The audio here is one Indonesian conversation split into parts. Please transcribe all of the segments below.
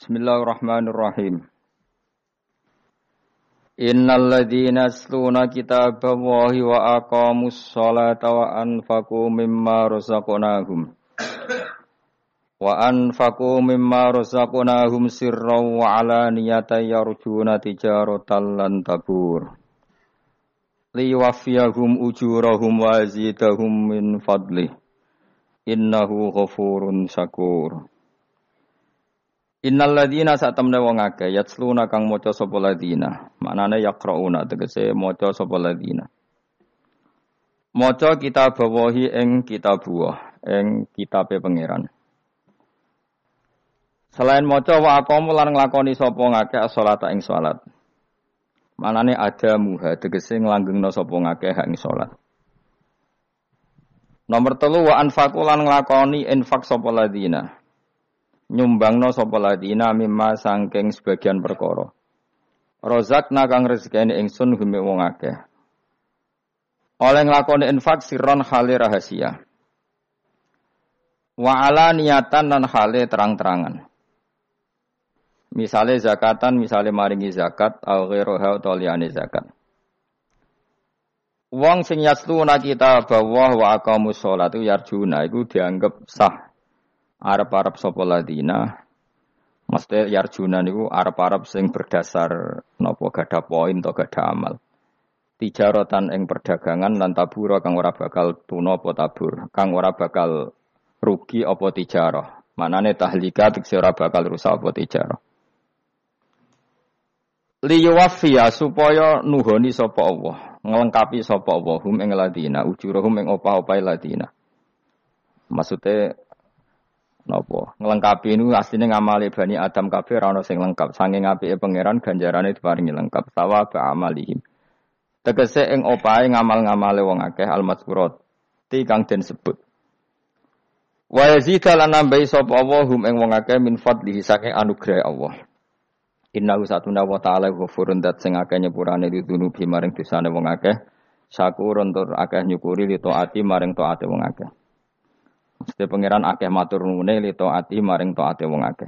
Bismillahirrahmanirrahim. Innal ladzina yasluna kitaballahi wa aqamus sholata wa anfaqu mimma razaqnahum sirran wa alaniyatan yarjuna tijaratan lan tabur. Liwaffiyahum ujurahum wa yazidahum min fadlih. Innahu ghafurun syakur. Innal ladzina satamne wong akeh yatsluna kang maca sapa ladzina maknane yaqrauna tegese maca sapa ladzina maca kitabawahi ing kitabuwah ing kitabe pangeran selain maca wa aqamu lan nglakoni sapa ngakeh as-sholata ing salat maknane ada muha tegese nglanggengna sapa ngakeh ing salat nomor 3 wa anfaqu lan nglakoni infak sapa ladzina nyumbangno sapa ladina mimma sangking sebagian perkara. Rozakna kang rezekine ingsun gume wong akeh. Oleh nglakoni infak sirron hale rahasia. Wa ala niatan lan hale terang-terangan. Misale zakatan, misale maringi zakat, au ghairuha utawa liyane zakat. Wong sing yasluna kitabah wa aqamus shalat yarjuna iku dianggep sah. Arab-arab sapa ladina mesti yarjuna niku arab-arab sing berdasar napa gadah poin to gadah amal tijaratan ing perdagangan lan tabura kang ora bakal tuna apa tabur kang ora bakal rugi apa tijarah manane tahlika tekse ora bakal rusak apa tijarah liyuwaffiya supaya nuhoni sapa Allah nglengkapi sapa Allah hum ing ladina ujurahum ing opah-opahe ladina maksude napa nglengkapi niku asline ngamale Bani Adam kabeh ora ana sing lengkap saking apike pangeran ganjarane diparingi lengkap sawab amalihim tegese ing opahe ngamal-ngamale wong akeh al-mazkurat ti kang den sebut wa yazid lan nambahi sapa Allah hum ing wong akeh min fadlihi saking anugerah Allah innahu satuna wa ta'ala ghafurun dat sing akeh nyepurane didunubi maring dosane wong akeh syakurun tur akeh nyukuri li taati maring taate wong akeh mesti pangeran akeh matur nuwune li taati maring taate wong akeh.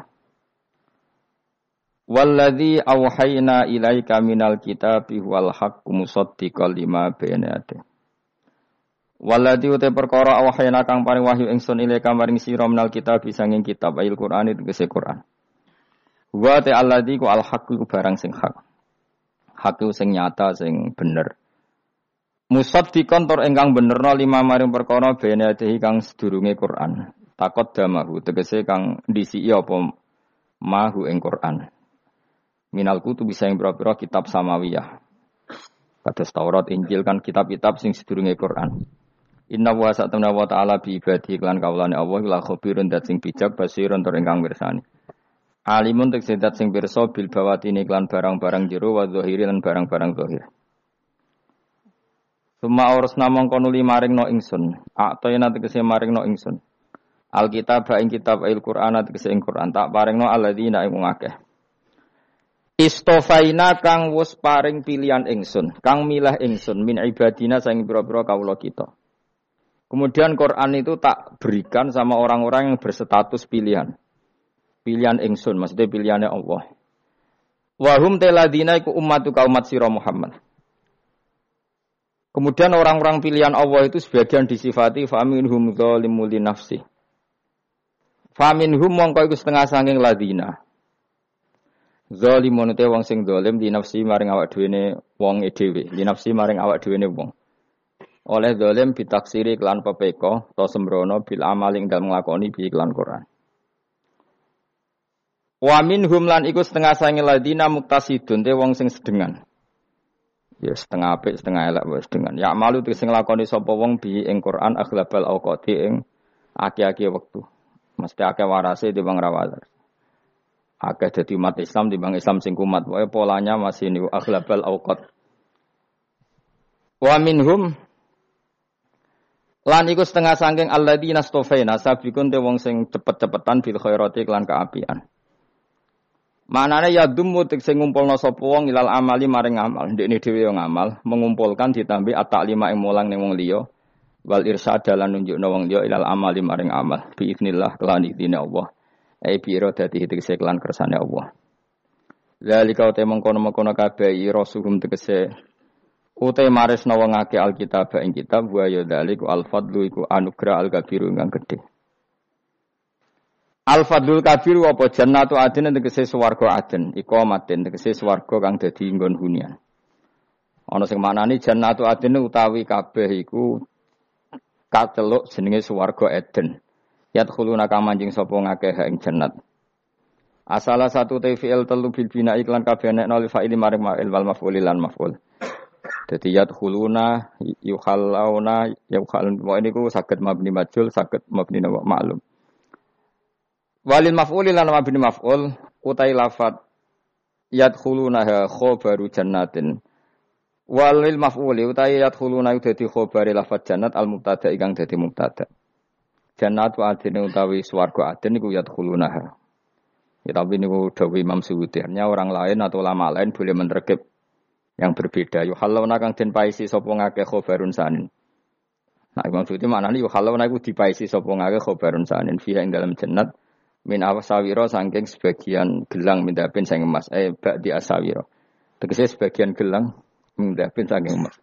Walladzi auhayna ilaika minal kitabi wal haqqu musaddiqal lima baina yadayhi. Walladzi uta perkara auhayna kang paring wahyu ingsun ilaika maring sira minal kitabi sanging kitab ayil Qur'an tegese Qur'an. Wa ta alladzi ku al haqqu barang sing hak. Hak sing nyata sing bener. Musaddiqan tur ingkang benerna lima maring perkara bene dehi kang sedurunge Quran. Takot damahu tegese kang ndisiki apa mahu ing Quran. Minal kutub bisa ing pira-pira kitab samawiyah. Kados Taurat, Injil kan kitab-kitab sing sedurunge Quran. Inna wa sa'tamna wa ta'ala bi ibadi lan kawulane Allah la khabirun dat sing bijak basirun tur ingkang mirsani. Alimun tegese dat sing pirsa bil bawatini lan barang-barang jero wa zahiri lan barang-barang zahir. Suma urusna mongko nuli maring no ingsun. A'tayna tegese maring no ingsun. Alkitab ing kitab Al-Qur'an tegese ing Qur'an tak paringno alladzina ing akeh. Istofaina kang wis paring pilihan ingsun, kang milah ingsun min ibadina saing pira-pira kawula kita. Kemudian Qur'an itu tak berikan sama orang-orang yang berstatus pilihan. Pilihan ingsun, maksudnya pilihannya Allah. Wa hum taladina iku ummatuka umat sira Muhammad. Kemudian orang-orang pilihan Allah itu sebagian disifati faminhum zalimul li nafsi. Faminhum mongko iku setengah saking ladina. Zalimun te wong sing zalim li nafsi maring awak dhewe wong dhewe, li nafsi maring awak dhewe wong. Oleh zalim bitaksiri kelan pepeka to sembrono bil amaling dalem nglakoni bi iklan Quran. Wa minhum lan iku setengah saking ladina muktasidun te wong sing sedengan. Ya setengah apik setengah elek wis dengan. Ya malu sing nglakoni sapa wong bi ing Quran aghlabal auqati ing aki-aki wektu. Mesti akeh warase timbang rawal. Akeh dadi umat Islam timbang Islam sing kumat. Wae polanya masih niku aghlabal auqat. Wa minhum lan iku setengah saking alladzina stofaina sabiqun te wong sing cepet-cepetan bil khairati lan kaapian. Manane ya dumu tekse ngumpulna sapa wong ilal amali maring amal. Ndekne dhewe yo ngamal, mengumpulkan ditambi at-ta'lima ing mulang ning wong liya. Wal irsyad lan nunjukna wong liya ilal amali maring amal. Bi idznillah kelan idine Allah. Bi iradati tegese kelan kersane Allah. Zalika uta mengkono-mengkono kabeh rasulum tegese uta maresna wong akeh alkitab ing kitab wa ya dzaliku al-fadlu iku anugrah al-kabiru kang gedhe. Al-fadlul kabiru apa jannatu adin tegese swarga adin, iqamatin tegese swarga kang dadi nggon hunian. Ana sing maknani jannatu adin utawi kabeh iku kateluk jenenge swarga Eden. Yadkhuluna kang manjing sapa ngakeh ing jannat. Asala satu fi'il telu bil bina iklan kabeh nek nol fa'ili maring ma'il wal maf'ul lan maf'ul. Dadi yadkhuluna yukhalluna yukhallun wa niku saged mabni majhul saged mabni ma'lum. Walil maf'ul lan mabni maf'ul utai lafat yadkhuluna khabaru jannatin. Walil maf'ul utai yadkhuluna dadi khabari lafat jannat al mubtada ingkang dadi mubtada. Jannat wa adin utawi swarga adin niku yadkhuluna. Ya, tapi ini dawi Imam Suyuti. Orang lain atau ulama lain boleh menerkib yang berbeda. Yuhallawna kang den paisi sapa ngake khobarun sanin. Nah Imam Suyuti maknane yuhallawna iku dipaisi sapa ngake khobarun sanin fiha ing dalam jannat min awsawira saking sebagian gelang mindapin sing emas. Ba'di asawira. Tegese sebagian gelang mindapin saking emas.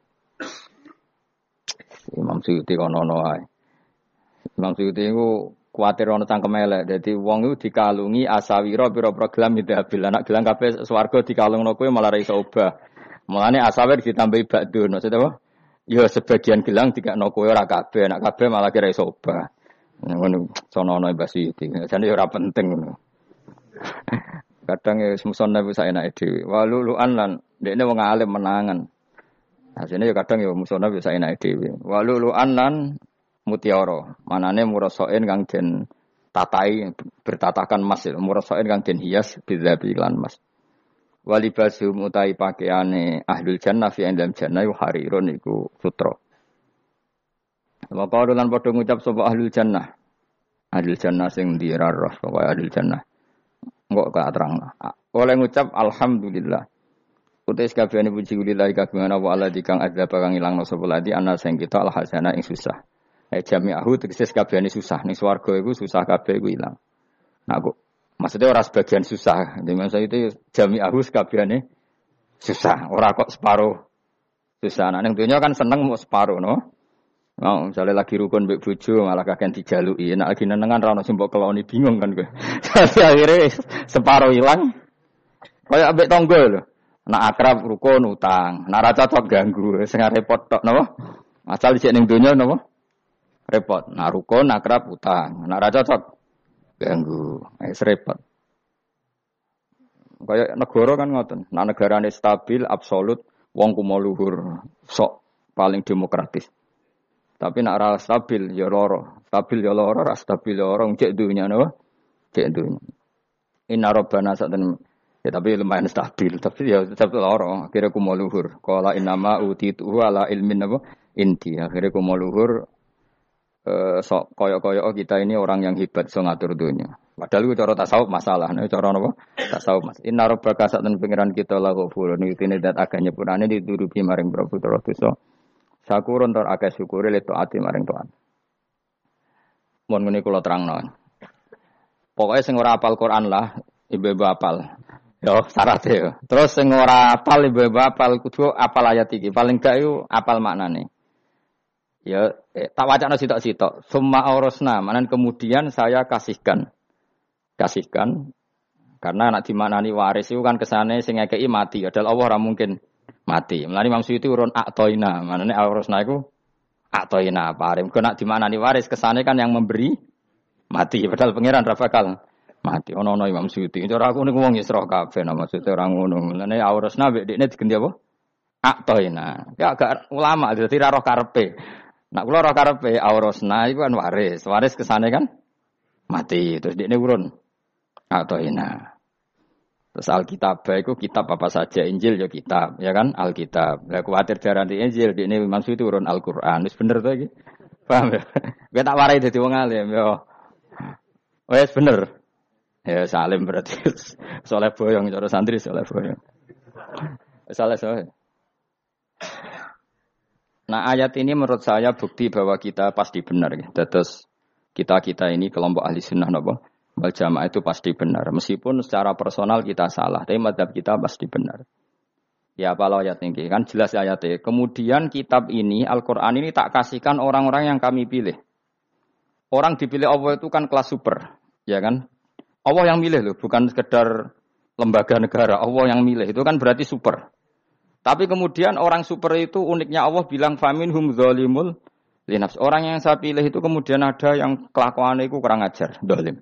Imam Suyuti kono ae. Imam Suyuti iku kuwatir ana cangkem elek. Dadi wong iku dikalungi asawira pira-pira gelang midhabil. Anak gelang kabeh swarga dikalungno kowe malah ra iso obah. Mulane asawir ditambahi ba'dun. Maksud apa? Ya sebagian gelang dikakno kowe ora kabeh, anak kabeh malah kira iso obah. Ngono sono-ono basi iki. Jane ora penting ngono. Kadang ya semuson nabi saenake dhewe. Waluluan lan dekne wong alim menangan. Asline ya kadang ya musuh nabi saenake dhewe. Waluluan lan mutiara, manane murasain kang den tatai bertatakan emas, murasain kang den hias bidzabi lan emas. Walibasum utai pakaiane ahlul jannah fi indam jannah harirun iku sutra. Maka lan padha ngucap sapa ahlul jannah. Ahlul jannah sing dirarah sapa ahlul jannah. Engko ka terang. Oleh ngucap alhamdulillah. Utai sakabehane puji lillahi kagungan wa ala dikang adzab kang ilangno sapa ladi ana sing kita al hasana ing susah. Jami'ahu tegese kabehane susah ning swarga iku susah kabeh iku ilang. Nah kok maksudnya ora sebagian susah. Maksud itu jami'ahu kabehane susah, ora kok separo susah. Nah ning donya kan seneng mau separo no. Mau misalnya lagi rukun mbek bojo malah kakek dijaluki, nek lagi nenengan ra ono sing mbok keloni bingung kan kowe. Dadi akhire separo ilang. Kaya ambek tangga lho. Nek akrab rukun utang, nek ra cocok ganggu, sing repot tok napa? Asal dhisik ning donya napa? Repot. Nah rukun akrab utang. Nah ra cocok ganggu. Repot. Kayak negara kan ngoten. Nah negarane stabil absolut wong kumo luhur sok paling demokratis. Tapi nek ra stabil ya lara. Stabil ya lara, ra stabil ya ora cek dunya napa? Cek dunya. Inna rabbana sa'atan ya tapi lumayan stabil, tapi ya tetap lara. Akhire kumo luhur. Qala innama utitu ala ilmin napa? Inti. Akhire kumo luhur sok koyok-koyok kita ini orang yang hebat so ngatur dunia. Padahal itu cara tasawuf masalah. Nah, cara apa? Tasawuf mas. Inna rabbaka sa'atan pengiran kita la ghafurun. Yutine dat akeh nyepurane diturupi maring Prabu dosa. Sakurun tor akeh syukure le taati maring Tuhan. Mun ngene kula terangno. Pokoke sing ora hafal Quran lah, ibu-ibu hafal. Yo syaratnya. Terus sing ora hafal ibu-ibu hafal kudu hafal ayat iki. Paling gak yo hafal maknane. Ya, tak wacana sitok-sitok. Summa aurasna, manan kemudian saya kasihkan. Karena anak dimanani waris itu kan kesane sing ngekeki mati. Padahal Allah ora mungkin mati. Mulane Imam Suyuti urun atoina, manane aurasna iku atoina paring. Kok nak dimanani waris kesane kan yang memberi mati. Padahal pangeran ra bakal mati. Ono Imam Suyuti. Cara aku niku wong Isra kabeh maksudnya ora ngono. Mulane aurasna mek dekne diganti apa? Atoina. Ya agak ulama dadi ra roh karepe. Nak kula ora karepe aurasna iku kan waris. Waris kesane kan mati. Terus dekne urun atoina. Terus Alkitab iku kitab apa saja, Injil ya kitab, ya kan? Alkitab. Lah kuwatir diarani Injil, dekne maksud itu urun Al-Qur'an. Wis bener to iki? Paham ya? Kowe tak warai dadi wong alim ya. Wis bener. Ya salim berarti. Soleh boyong cara santri soleh boyong. Saleh. Nah ayat ini menurut saya bukti bahwa kita pasti benar. Terus kita ini kelompok ahli sunnah napa wal jamaah itu pasti benar. Meskipun secara personal kita salah, tapi mazhab kita pasti benar. Ya kalau ayat ini kan jelas ayatnya. Kemudian kitab ini Al-Quran ini tak kasihkan orang-orang yang kami pilih. Orang dipilih Allah itu kan kelas super, ya kan? Allah yang milih loh, bukan sekedar lembaga negara. Allah yang milih itu kan berarti super. Tapi kemudian orang super itu uniknya Allah bilang faminhum zalimul linafs. Orang yang saya pilih itu kemudian ada yang kelakuannya itu kurang ajar, zalim.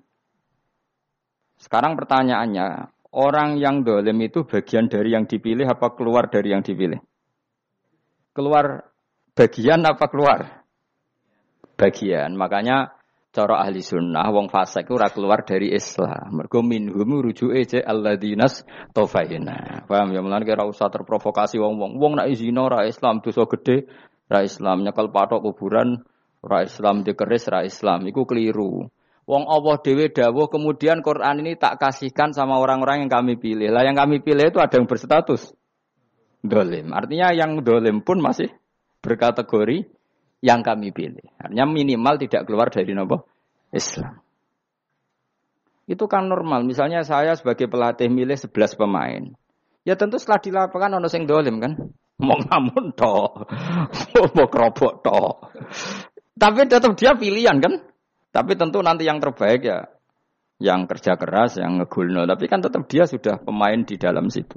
Sekarang pertanyaannya, orang yang zalim itu bagian dari yang dipilih apa keluar dari yang dipilih? Keluar bagian apa keluar? Bagian. Makanya cara ahli sunnah, wong fasik ora keluar dari Islam. Mergo minhum rujuke je alladinas tofaina. Paham ya, mulane ora usah terprovokasi wong-wong. Wong nek zina ora Islam, dosa gede ora Islam, nyekel patok kuburan ora Islam, dikeris ora Islam. Iku keliru. Wong Allah dhewe dawuh kemudian Quran ini tak kasihkan sama orang-orang yang kami pilih. Lah yang kami pilih itu ada yang berstatus dolim. Artinya yang dolim pun masih berkategori yang kami pilih. Artinya minimal tidak keluar dari nopo Islam. Itu kan normal. Misalnya saya sebagai pelatih milih 11 pemain. Ya tentu setelah di lapangan ono sing dolim kan. Mau ngamun tok. Mau kerobok tok. Tapi tetap dia pilihan kan. Tapi tentu nanti yang terbaik ya yang kerja keras, yang ngegulno. Tapi kan tetap dia sudah pemain di dalam situ.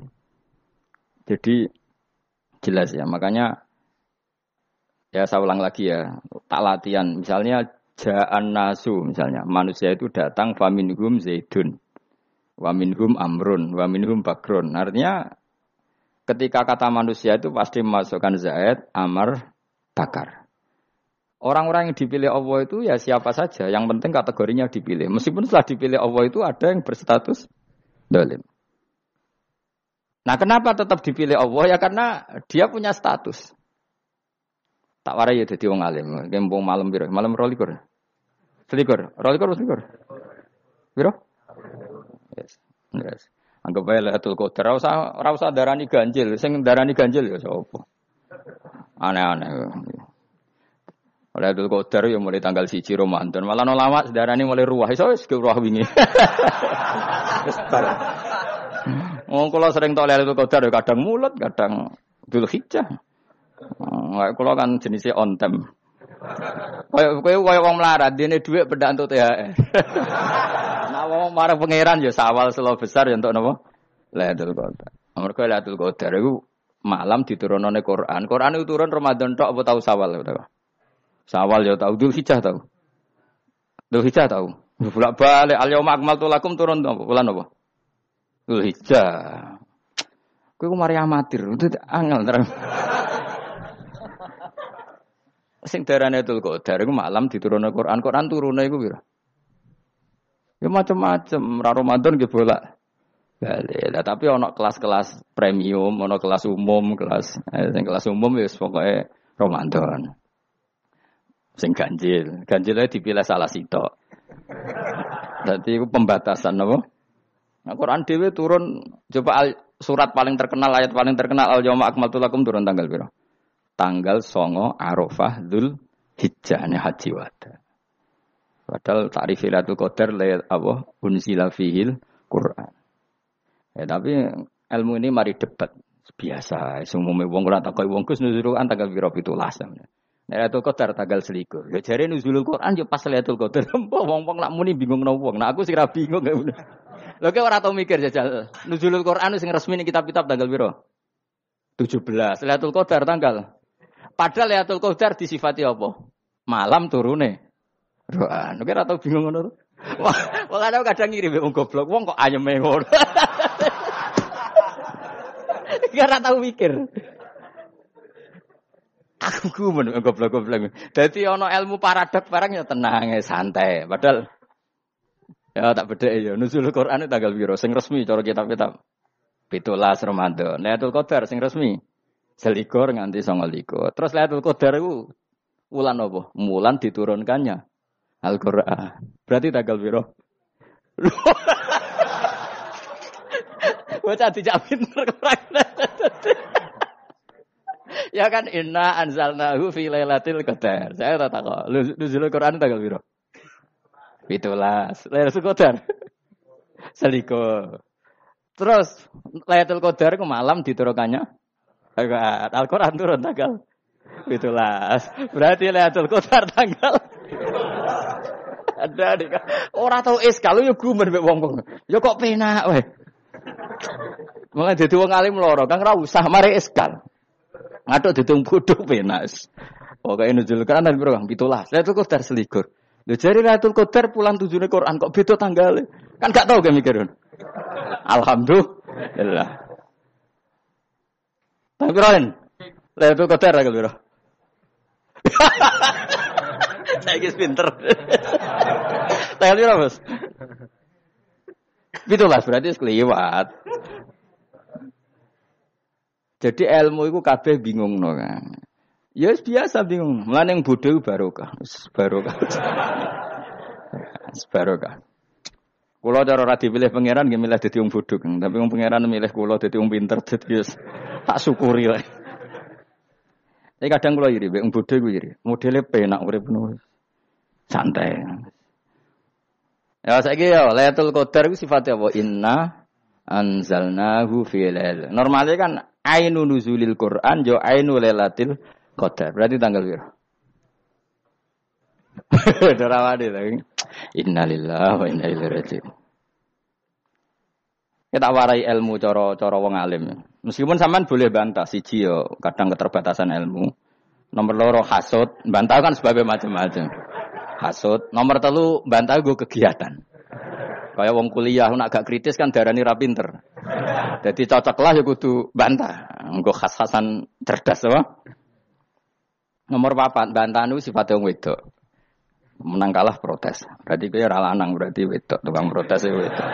Jadi jelas ya. Makanya ya saya ulang lagi ya, tak latihan. Misalnya ja'an nasu, misalnya manusia itu datang faminhum zaidun, waminhum amrun, waminhum bakrun. Artinya ketika kata manusia itu pasti memasukkan zaid, amr, bakar. Orang-orang yang dipilih Allah itu ya siapa saja, yang penting kategorinya dipilih. Meskipun setelah dipilih Allah itu ada yang berstatus dolim. Nah kenapa tetap dipilih Allah? Ya karena dia punya status. Tak warai ya dadi wong alim. Kempung malam piro? Malam 22. 22. 22. Piro? Yes. Yes. Anggap ae Lailatul Qadar ora usah darani ganjil. Sing darani ganjil ya sapa? Aneh-aneh. Lailatul Qadar ya mulai tanggal 1 Ramadan. Malah ulama sedarani mulai ruwah. Iso wis ke ruwah wingi. Wong kula sering tok Lailatul Qadar ya kadang mulut, kadang Dzulhijjah. Kalau kan jenisnya on time. Kowe wong melarat, dene dhuwit pendak entuk THR. Nah wong marang pangeran ya sawal selo besar ya entuk napa? Lailatul Qadar. Mergo Lailatul Qadar iku malam diturunane Quran. Quran itu turun Ramadan tok apa tau Sawal to? Sawal ya tau, Dzulhijjah tau. Dzulhijjah tau. Bolak-balik al-yauma akmaltu lakum turun apa? Bulan apa? Dzulhijjah. Kowe ku mari amatir, itu angel terus. Sing darane Lailatul Qadar iku malam diturunne Quran. Quran turune iku piro? Ya macam-macam, ra Ramadan nggih bolak. Balik. Lah tapi ana kelas-kelas premium, ana kelas umum, sing kelas umum wis pokoke Ramadan. Sing ganjil, ganjile dipilih salah sitok. Dadi iku pembatasan apa? Nah, Quran dhewe turun coba surat paling terkenal, ayat paling terkenal al-yauma akmaltu lakum turun tanggal piro? Tanggal 9 Arafah Dzulhijjah haji wada. Padahal ta'rif Lailatul Qadar apa unzila fihil Quran. Ya tapi ilmu ini mari debat biasa. Umumnya wong ora takoki wong Gus nuzul Quran tanggal piro 17. Lailatul Qadar tanggal 21. Ya jare nuzulul Quran yo pas Lailatul Qadar. Wong-wong lak muni bingung nang wong. Nah aku sing ra bingung. Lho kok ora tau mikir jajal. Nuzulul Quran sing resmi ning kitab-kitab tanggal piro? 17. Lailatul Qadar tanggal. Padahal Lailatul Qadar disifati apa? Malam turune. Quran. Nek ora tau bingung ngono. Wong kadang ngirim wong goblok, wong kok ayeme ngono. Ora tau mikir. Aku gumun goblok-goblok. Dadi ana ilmu paradok barang ya tenang ya santai. Padahal ya tak bedhek ya nuzul Quran tanggal piro sing resmi cara kitab-kitab. 17 Ramadan. Lailatul Qadar sing resmi 21 nganti 29. Terus Lailatul Qadar iku wulan apa? Wulan diturunkannya Al-Qur'an. Berarti tanggal piro? Bocah dijak pinter ya kan inna anzalnahu fi lailatul qadar. Saya tak tahu. Nuzul Quran tanggal piro? 17. Lailatul Qadar. Selikur. Terus Lailatul Qadar ke malam diturunkannya Al-Qur'an turun tanggal 17. Berarti Lailatul Qadar tanggal ada nih. Ora tau kalau yo gumen mek wong. Yo kok penak weh. Mulai dadi wong alim loro, Kang ora usah mari eskal. Ngaduk ditung bodho penak. Pokoke nuzul Quran dan piro Kang 17. Lailatul Qadar selikur. Lho jare Lailatul Qadar pulang tujune Quran kok beda tanggale. Kan gak tau kan mikir. Alhamdulillah. Tapi Ron, Lailatul Qadar ra piro? Saiki pinter. Tanggal piro, Bos? 17 berarti wis kliwat. Jadi ilmu iku kabeh bingungno kan. Ya biasa bingung. Mulane yang bodho barokah. Barokah. Barokah. Kula cara ora dipilih pangeran nggih milih dadi wong bodho, Kang. Tapi wong pangeran milih kula dadi wong pinter dadi tak syukuri wae. Tapi kadang kula iri, wong bodho iku iri. Modele penak urip ngono. Santai. Ya saiki ya Lailatul Qadar iku sifate apa? Inna anzalnahu fi lail. Normale kan ainun nuzulil Quran yo ainul Lailatul Qadar. Berarti tanggal piro? Dorawade lagi. Innalillahi wa inna ilaihi raji'un. Kita warai ilmu cara wong alim. Meskipun sampean boleh bantah siji yo kadang keterbatasan ilmu. Nomor loro hasud, bantah kan sebab macam-macam. Hasud, nomor 3 bantah gue kegiatan. Kayak wong kuliah nak gak kritis kan darani ra pinter. Jadi cocoklah ya kudu bantah. Engko khas-khasan cerdas apa? Nomor 4 bantah niku sifate wong wedok. Menang kalah protes. Berarti kowe ora lanang berarti wedok, tukang protes e wedok.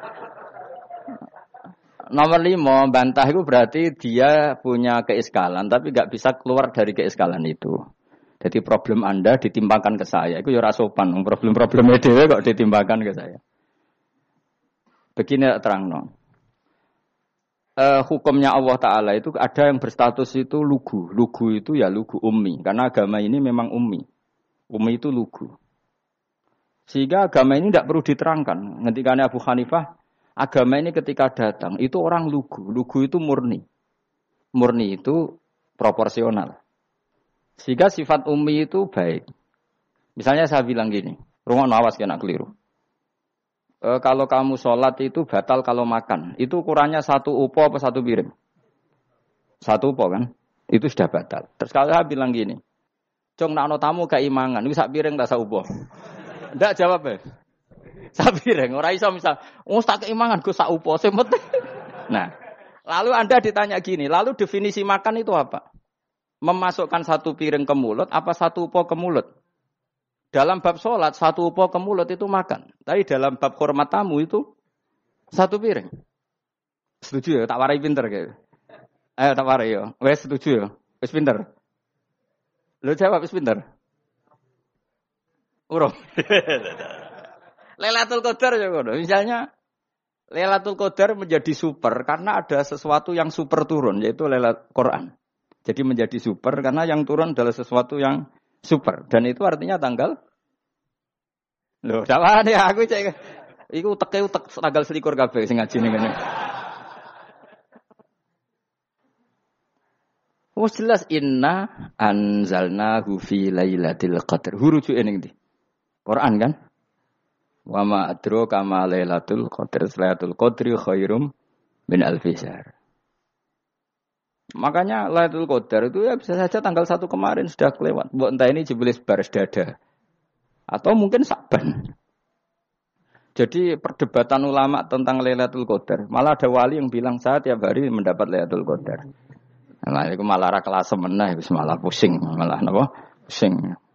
Nomor 5 bantah itu berarti dia punya keiskalan tapi gak bisa keluar dari keiskalan itu. Jadi problem Anda ditimbangkan ke saya, itu ya ora sopan. Problem-problemnya dhewe kok ditimbangkan ke saya. Begini terangno. Hukumnya Allah Ta'ala itu ada yang berstatus itu lugu. Lugu itu ya lugu ummi. Karena agama ini memang ummi. Ummi itu lugu. Sehingga agama ini tidak perlu diterangkan. Ketika Abu Hanifah, agama ini ketika datang, itu orang lugu. Lugu itu murni. Murni itu proporsional. Sehingga sifat ummi itu baik. Misalnya saya bilang gini, rungokno awas kena keliru. Kalau kamu sholat itu batal kalau makan. Itu ukurannya 1 upo apa 1 piring? 1 upo kan? Itu sudah batal. Terus kalau saya bilang gini, Cong nak tamu keimangan, itu 1 piring tak 1 upo. Ndak jawab ya. 1 piring, ora iso misal, tak keimangan gue 1 upo. Nah, lalu Anda ditanya gini, lalu definisi makan itu apa? Memasukkan 1 piring ke mulut, apa 1 upo ke mulut? Dalam bab sholat, 1 upo ke mulut itu makan. Tapi dalam bab hormat tamu itu 1 piring. Setuju ya? Tak warai pinter kayak. Ayo tak warai ya. Wes setuju ya? Wes pinter. Lo jawab wes pinter. Urung. Lailatul Qadar ya ngono. Misalnya Lailatul Qadar menjadi super karena ada sesuatu yang super turun yaitu Lailatul Quran. Jadi menjadi super karena yang turun adalah sesuatu yang super. Dan itu artinya tanggal. Loh, dawane aku cek. Iku utek tanggal 21 kabeh sing ngaji ning ngene. Wes jelas inna anzalnahu fi lailatul qadar. Hurujuke ning ndi? Quran kan? Wa ma adraka ma lailatul qadar. Lailatul qadri khairum min alfi syahr. Makanya Lailatul Qadar itu ya bisa saja tanggal 1 kemarin sudah kelewat. Mbok entah ini jebelis baris dada. Atau mungkin Saban. Jadi perdebatan ulama tentang Lailatul Qadar. Malah ada wali yang bilang saya tiap hari mendapat Lailatul Qadar. Nah, itu malah ra kelas meneh wis malah pusing, malah napa? Pusing.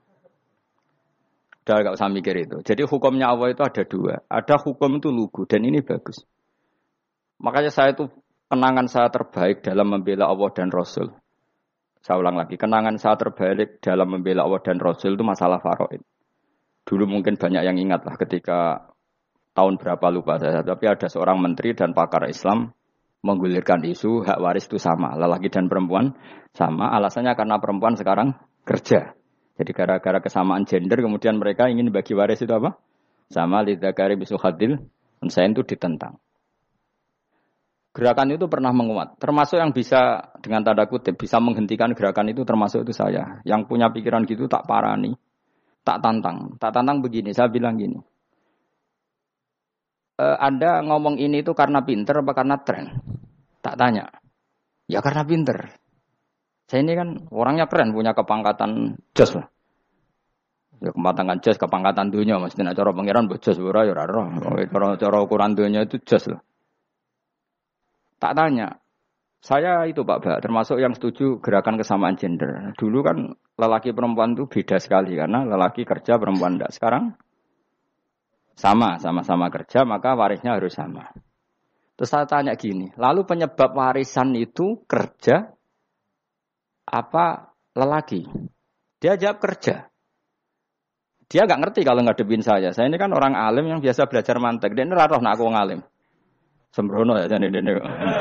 Udah gak usah mikir itu. Jadi hukumnya Allah itu ada 2. Ada hukum itu lugu dan ini bagus. Makanya saya itu kenangan saya terbaik dalam membela Allah dan Rasul. Saya ulang lagi, kenangan saya terbaik dalam membela Allah dan Rasul itu masalah faraid. Dulu mungkin banyak yang ingat lah ketika tahun berapa lupa saya. Tapi ada seorang menteri dan pakar Islam menggulirkan isu hak waris itu sama. Lelaki dan perempuan sama. Alasannya karena perempuan sekarang kerja. Jadi gara-gara kesamaan gender kemudian mereka ingin bagi waris itu apa? Sama lidzakari bisu hadil unsain itu ditentang. Gerakan itu pernah menguat. Termasuk yang bisa dengan tanda kutip bisa menghentikan gerakan itu termasuk itu saya. Yang punya pikiran gitu tak parani, tak tantang. Tak tantang begini, saya bilang gini. Anda ngomong ini itu karena pinter apa karena tren? Tak tanya. Ya karena pinter. Saya ini kan orangnya keren, punya kepangkatan jos lah. Ya kepangkatan jos, kepangkatan dunia. Mesti cara pangeran buat jos ora ya ora roh. Cara ukuran dunia itu jos lah. Tak tanya, saya itu Pak, termasuk yang setuju gerakan kesamaan gender. Dulu kan lelaki perempuan itu beda sekali karena lelaki kerja perempuan tidak. Sekarang sama-sama kerja maka warisnya harus sama. Terus saya tanya gini, lalu penyebab warisan itu kerja apa lelaki? Dia jawab kerja. Dia nggak ngerti kalau ngadepin saya. Saya ini kan orang alim yang biasa belajar mantek. Dia ini raro nak aku ngalim. Sembrono ya jadi ini.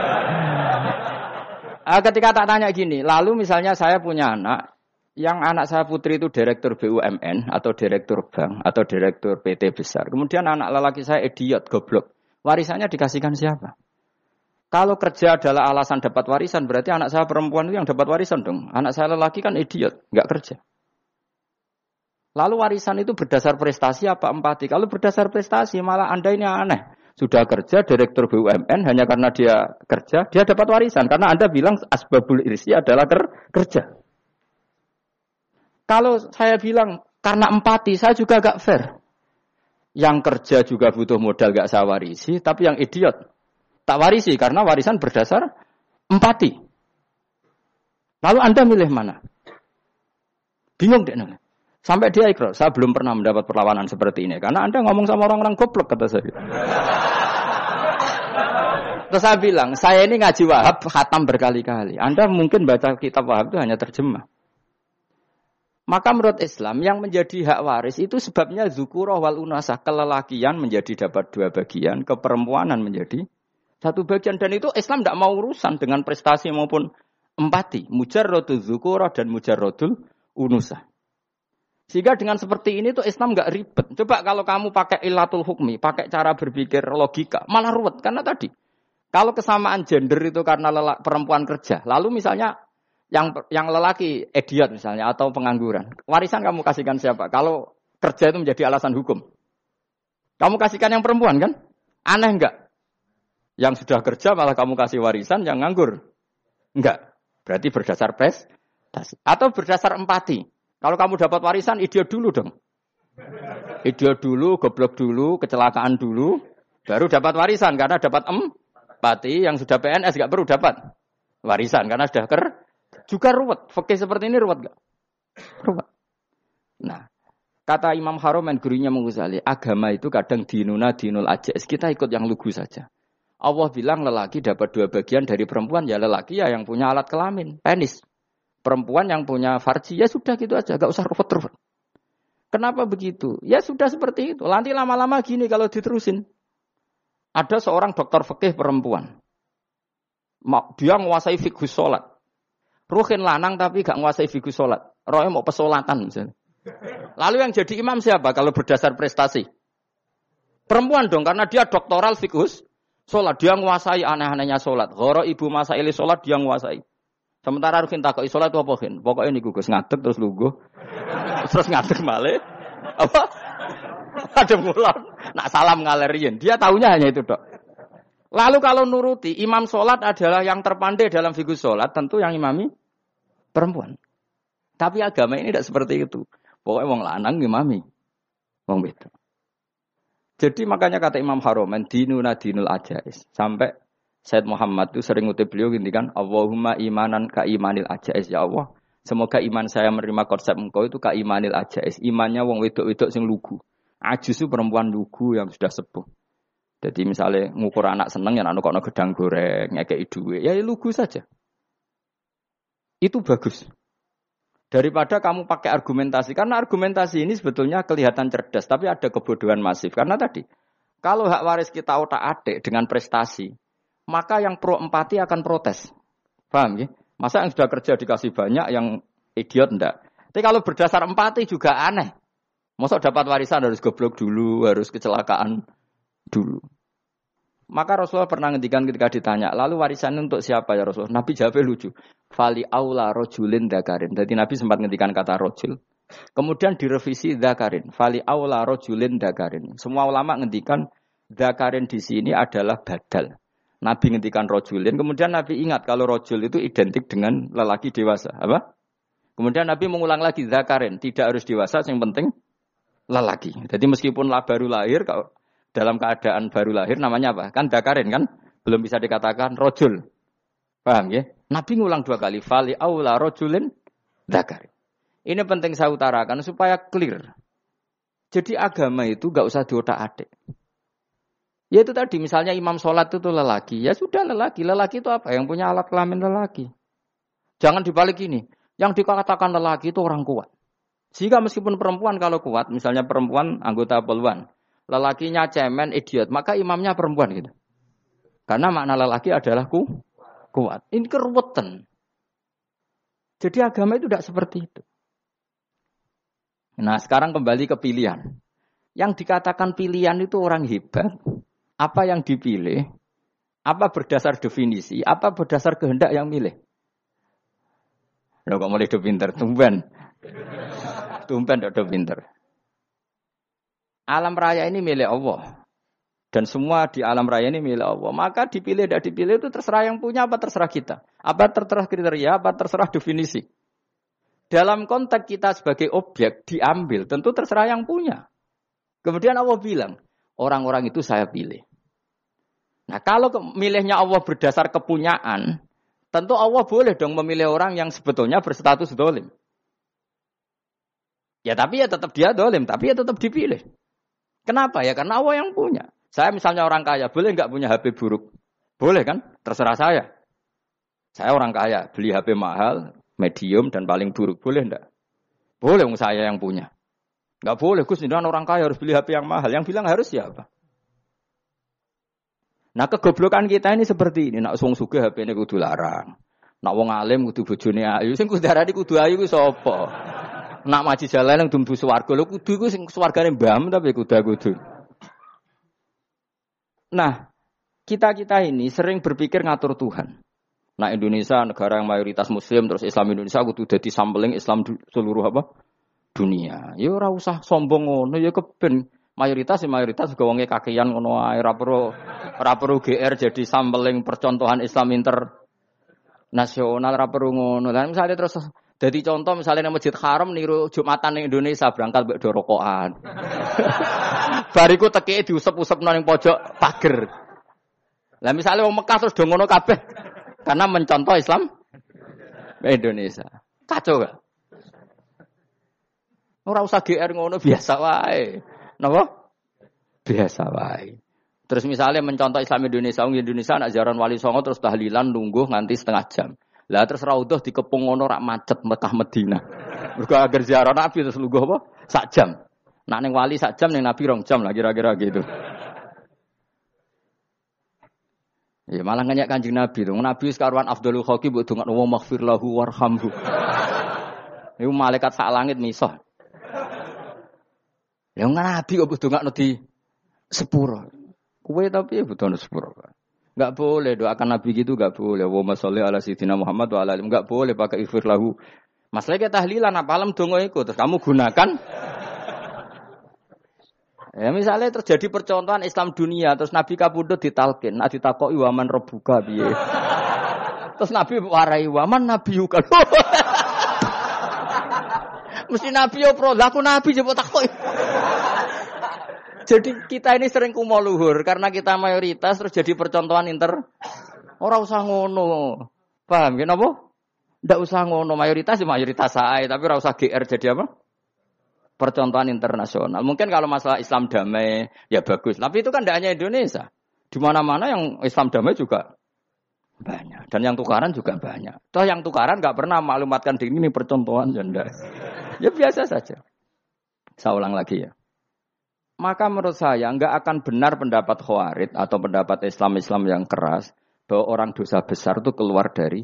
Ketika tak tanya gini, lalu misalnya saya punya anak, yang anak saya putri itu direktur BUMN atau direktur bank atau direktur PT besar. Kemudian anak lelaki saya idiot, goblok. Warisannya dikasihkan siapa? Kalau kerja adalah alasan dapat warisan, berarti anak saya perempuan itu yang dapat warisan dong. Anak saya lelaki kan idiot, nggak kerja. Lalu warisan itu berdasar prestasi apa empati? Kalau berdasar prestasi malah Anda ini aneh. Sudah kerja direktur BUMN hanya karena dia kerja, dia dapat warisan. Karena Anda bilang asbabul irsi adalah kerja. Kalau saya bilang karena empati, saya juga agak fair. Yang kerja juga butuh modal gak saya warisi, tapi yang idiot tak warisi karena warisan berdasar empati. Lalu Anda milih mana? Bingung deh. Sampai dia ikrar, saya belum pernah mendapat perlawanan seperti ini. Karena Anda ngomong sama orang-orang goblok, kata saya. Terus saya bilang, saya ini ngaji Wahab, khatam berkali-kali. Anda mungkin baca kitab Wahab itu hanya terjemah. Maka menurut Islam, yang menjadi hak waris itu sebabnya zukurah wal unasah. Kelelakian menjadi dapat 2 bagian, keperempuanan menjadi 1 bagian. Dan itu Islam tidak mau urusan dengan prestasi maupun empati. Mujarrodul zukurah dan mujarrodul unusah. Sehingga dengan seperti ini tuh Islam nggak ribet. Coba kalau kamu pakai ilatul hukmi, pakai cara berpikir logika, malah ruwet. Karena tadi, kalau kesamaan gender itu karena perempuan kerja, lalu misalnya yang lelaki idiot misalnya atau pengangguran, warisan kamu kasihkan siapa? Kalau kerja itu menjadi alasan hukum, kamu kasihkan yang perempuan kan? Aneh nggak? Yang sudah kerja malah kamu kasih warisan, yang nganggur enggak? Berarti berdasar prestasi atau berdasar empati. Kalau kamu dapat warisan, idiot dulu dong. Idiot dulu, goblok dulu, kecelakaan dulu, baru dapat warisan. Karena dapat empati, yang sudah PNS gak perlu dapat warisan. Karena sudah juga ruwet. Fikih seperti ini ruwet gak? Ruwet. Nah, kata Imam Haromen, gurunya Ghazali, agama itu kadang dinul ajais. Kita ikut yang lugu saja. Allah bilang lelaki dapat 2 bagian dari perempuan, ya lelaki ya yang punya alat kelamin, penis. Perempuan yang punya farji, ya sudah gitu aja, gak usah ruwet-ruwet. Kenapa begitu? Ya sudah seperti itu. Nanti lama-lama gini kalau diterusin. Ada seorang dokter fikih perempuan. Dia menguasai fikih sholat. Ruhin lanang tapi gak menguasai fikih sholat. Rohnya mau pesolatan misalnya. Lalu yang jadi imam siapa kalau berdasar prestasi? Perempuan dong, karena dia doktoral fikih sholat. Dia menguasai aneh-anehnya sholat. Goro ibu masaili sholat dia menguasai. Sementara Rukin takok isolat apa Kin? Pokoknya ini gugus ngadeg terus lugu. Terus ngadeg malih. Apa? Ada mulan. Nak salam ngalerian. Dia tahunya hanya itu, Dok. Lalu kalau nuruti imam sholat adalah yang terpandai dalam fikih sholat, tentu yang imami perempuan. Tapi agama ini tidak seperti itu. Pokoknya wong lanang imami. Wong beda. Jadi makanya kata Imam Haromen dinuna dinul ajais. Sampai Said Muhammad itu sering ngutip beliau gini kan, Allahumma imanan ka imanil ajais, ya Allah. Semoga iman saya menerima konsep engkau itu ka imanil ajais. Imannya wong wedok-wedok sing lugu. Ajus itu perempuan lugu yang sudah sepuh. Jadi misalnya ngukur anak seneng ya anak kono gedang goreng, ngekei duwe, ya lugu saja. Itu bagus. Daripada kamu pakai argumentasi, karena argumentasi ini sebetulnya kelihatan cerdas, tapi ada kebodohan masif. Karena tadi, kalau hak waris kita otak-atik dengan prestasi, maka yang pro empati akan protes. Paham ya? Masa yang sudah kerja dikasih banyak, yang idiot enggak. Tapi kalau berdasar empati juga aneh. Masa dapat warisan harus goblok dulu, harus kecelakaan dulu. Maka Rasulullah pernah ngendikan ketika ditanya, lalu warisan untuk siapa ya Rasulullah? Nabi jawabnya lucu. Fali aula rojulin dakarin. Jadi Nabi sempat ngendikan kata rojul. Kemudian direvisi dakarin. Fali aula rojulin dakarin. Semua ulama ngendikan dakarin di sini adalah badal. Nabi ngendikan rojulin. Kemudian Nabi ingat kalau rojul itu identik dengan lelaki dewasa. Apa? Kemudian Nabi mengulang lagi dakarin. Tidak harus dewasa, yang penting lelaki. Jadi meskipun baru lahir, kalau dalam keadaan baru lahir namanya apa? Kan dakarin kan? Belum bisa dikatakan rojul. Paham ya? Nabi ngulang 2 kali. Fali aula rojulin dakarin. Ini penting saya utarakan supaya clear. Jadi agama itu gak usah diotak-atik. Ya itu tadi misalnya imam sholat itu lelaki. Ya sudah lelaki. Lelaki itu apa? Yang punya alat kelamin lelaki. Jangan dibalik ini. Yang dikatakan lelaki itu orang kuat. Sehingga meskipun perempuan kalau kuat. Misalnya perempuan anggota poluan. Lelakinya cemen, idiot. Maka imamnya perempuan gitu. Karena makna lelaki adalah kuat. Ini keruwetan. Jadi agama itu tidak seperti itu. Nah sekarang kembali ke pilihan. Yang dikatakan pilihan itu orang hebat. Apa yang dipilih? Apa berdasar definisi? Apa berdasar kehendak yang milih? Loh kok mulai do pinter? Tumben do pinter. Alam raya ini milik Allah. Dan semua di alam raya ini milik Allah. Maka dipilih tidak dipilih itu terserah yang punya apa terserah kita. Apa terserah kriteria, apa terserah definisi. Dalam konteks kita sebagai objek diambil, tentu terserah yang punya. Kemudian Allah bilang, orang-orang itu saya pilih. Nah kalau milihnya Allah berdasar kepunyaan, tentu Allah boleh dong memilih orang yang sebetulnya berstatus dolim. Ya tapi ya tetap dia dolim, tapi ya tetap dipilih. Kenapa ya? Karena Allah yang punya. Saya misalnya orang kaya, boleh nggak punya HP buruk? Boleh kan? Terserah saya. Saya orang kaya, beli HP mahal, medium dan paling buruk. Boleh enggak? Boleh saya yang punya. Enggak boleh, Gus, ini orang kaya harus beli HP yang mahal. Yang bilang harus siapa? Nah kegoblokan kita ini seperti ini. Nak wong sugih HP ini kudu larang. Nak wong alim kudu bojone ayu. Sing kudu darani kudu ayu ku sapa? Nak maji jalan yang dumbu swarga lho kudu iku sing swargane mbam tapi kudu. Nah, kita ini sering berpikir ngatur Tuhan. Nah, Indonesia negara yang mayoritas muslim terus Islam Indonesia kudu dadi sampling Islam seluruh apa? Dunia. Ya ora usah sombong ngono ya keben mayoritas juga wonge kakean ngono ae ora perlu GR jadi sampling percontohan Islam internasional ora perlu ngono. Lah misale terus dadi contoh misalnya nang Masjid Haram niru Jumatan ning Indonesia berangkat mbek do rokokan. Bariku tekike diusep-usepno ning pojok pager. Lah misalnya wong Mekah terus do ngono kabeh karena mencontoh Islam Indonesia. Kacau gak? Ora usah GR ngono biasa wae. Napa? Biasa wae. Terus misalnya mencontoh Islam Indonesia, Indonesia nak ziarah Wali Songo terus tahlilan nunggu nganti setengah jam. Lah terus raudhah dikepung ngono rak macet Mekah Madinah. Mergo agar ziarah Nabi terus lungguh apa? Sak jam. Nak ning wali sak jam ning Nabi 2 jam lah kira-kira gitu. Ya malah nganyak Kanjeng Nabi to. Nabi sekaruan Afdhalul Khalqi mbok dongakno wa maghfir lahu warhamhu. Iku malaikat sak langit misah. Ya Nabi kok dongakno di sepuro. Kowe tapi ya butuh sepuro. Enggak boleh doakan Nabi gitu enggak boleh. Wa sholli ala sayyidina Muhammad wa ala alihi. Enggak boleh pakai ighfir lahu. Masalah kita tahlilan apa alam donga iku terus kamu gunakan. Ya misalnya terjadi percontohan Islam dunia terus Nabi kapundhut ditalkin, nak ditakoki waman rabbuka piye. Terus Nabi warai waman nabiyuka. Mesti Nabi yo pro, lah aku Nabi jebok takoki. Jadi kita ini sering kumo luhur karena kita mayoritas terus jadi percontohan ora usah ngono. Paham ya napa? Ndak usah ngono mayoritas ya mayoritas ae tapi ora usah GR jadi apa? Percontohan internasional. Mungkin kalau masalah Islam damai ya bagus, tapi itu kan tidak hanya Indonesia. Di mana-mana yang Islam damai juga banyak dan yang tukaran juga banyak. Toh yang tukaran enggak pernah maklumatkan diri ini percontohan ya. Ya biasa saja. Saya ulang lagi ya. Maka menurut saya enggak akan benar pendapat Khawarij atau pendapat Islam yang keras bahwa orang dosa besar itu keluar dari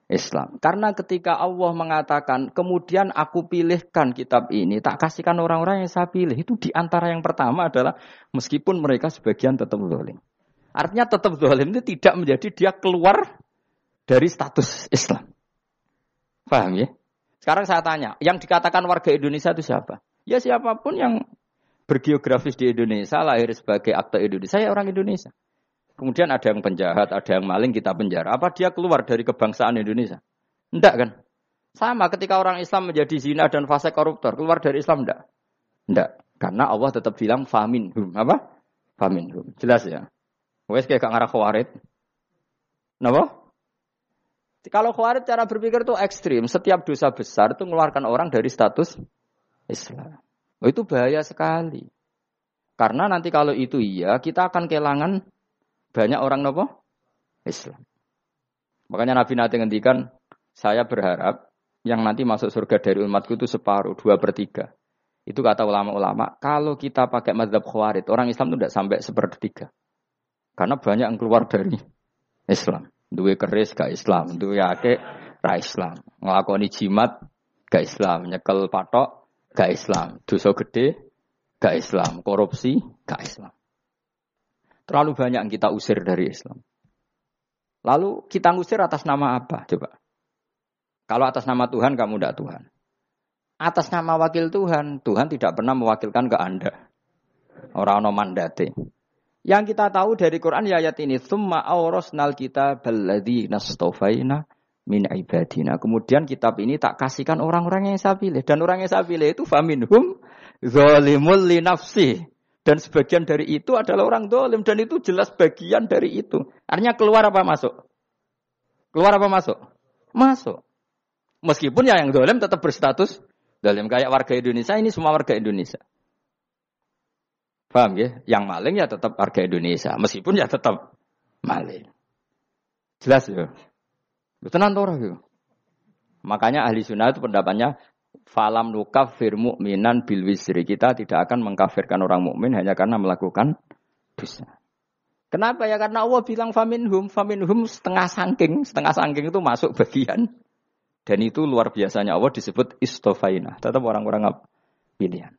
Islam. Karena ketika Allah mengatakan, kemudian aku pilihkan kitab ini, tak kasihkan orang-orang yang saya pilih. Itu diantara yang pertama adalah, meskipun mereka sebagian tetap zalim. Artinya tetap zalim itu tidak menjadi dia keluar dari status Islam. Paham ya? Sekarang saya tanya, yang dikatakan warga Indonesia itu siapa? Ya siapapun yang bergeografis di Indonesia, lahir sebagai akte Indonesia, ya orang Indonesia. Kemudian ada yang penjahat, ada yang maling, kita penjara. Apa dia keluar dari kebangsaan Indonesia? Enggak kan? Sama ketika orang Islam menjadi zina dan fasik koruptor, keluar dari Islam enggak? Enggak. Karena Allah tetap bilang faminhum. Apa? Faminhum. Jelas ya? Wes kayak gak ngarah khawarid. Kenapa? Kalau khawarid cara berpikir itu ekstrim. Setiap dosa besar itu mengeluarkan orang dari status Islam. Oh, itu bahaya sekali. Karena nanti kalau itu iya, kita akan kehilangan banyak orang nopo Islam. Makanya Nabi nanti ngendikan, saya berharap yang nanti masuk surga dari umatku itu separuh, 2/3. Itu kata ulama-ulama. Kalau kita pakai mazhab khawarij, orang Islam itu tidak sampai 1/3. Karena banyak yang keluar dari Islam. Duwe keris gak Islam, duwe akeh ra Islam. Nglakoni jimat gak Islam, nyekel patok gak Islam, dosa gede gak Islam, korupsi gak Islam. Terlalu banyak yang kita usir dari Islam. Lalu kita ngusir atas nama apa? Coba. Kalau atas nama Tuhan, kamu tidak Tuhan. Atas nama wakil Tuhan, Tuhan tidak pernah mewakilkan ke Anda. Orang-orang mandate. Yang kita tahu dari Quran ya ayat ini, tsumma awrasnal kitabal ladzina istafaina min ibadina. Kemudian kitab ini tak kasihkan orang-orang yang saya pilih. Dan orang yang saya pilih itu faminhum zalimul li nafsihi. Dan sebagian dari itu adalah orang dolim. Dan itu jelas bagian dari itu. Artinya keluar apa masuk? Keluar apa masuk? Masuk. Meskipun ya yang dolim tetap berstatus dolim. Kayak warga Indonesia, ini semua warga Indonesia. Paham ya? Yang maling ya tetap warga Indonesia. Meskipun ya tetap maling. Jelas ya? Tenang orang ya? Makanya ahli sunnah itu pendapatnya, falam nukafir mu'minan bil wisri. Kita tidak akan mengkafirkan orang mukmin hanya karena melakukan dosa. Kenapa ya? Karena Allah bilang faminhum setengah sangking itu masuk bagian. Dan itu luar biasanya Allah disebut istofaina. Tetap orang-orang pilihan.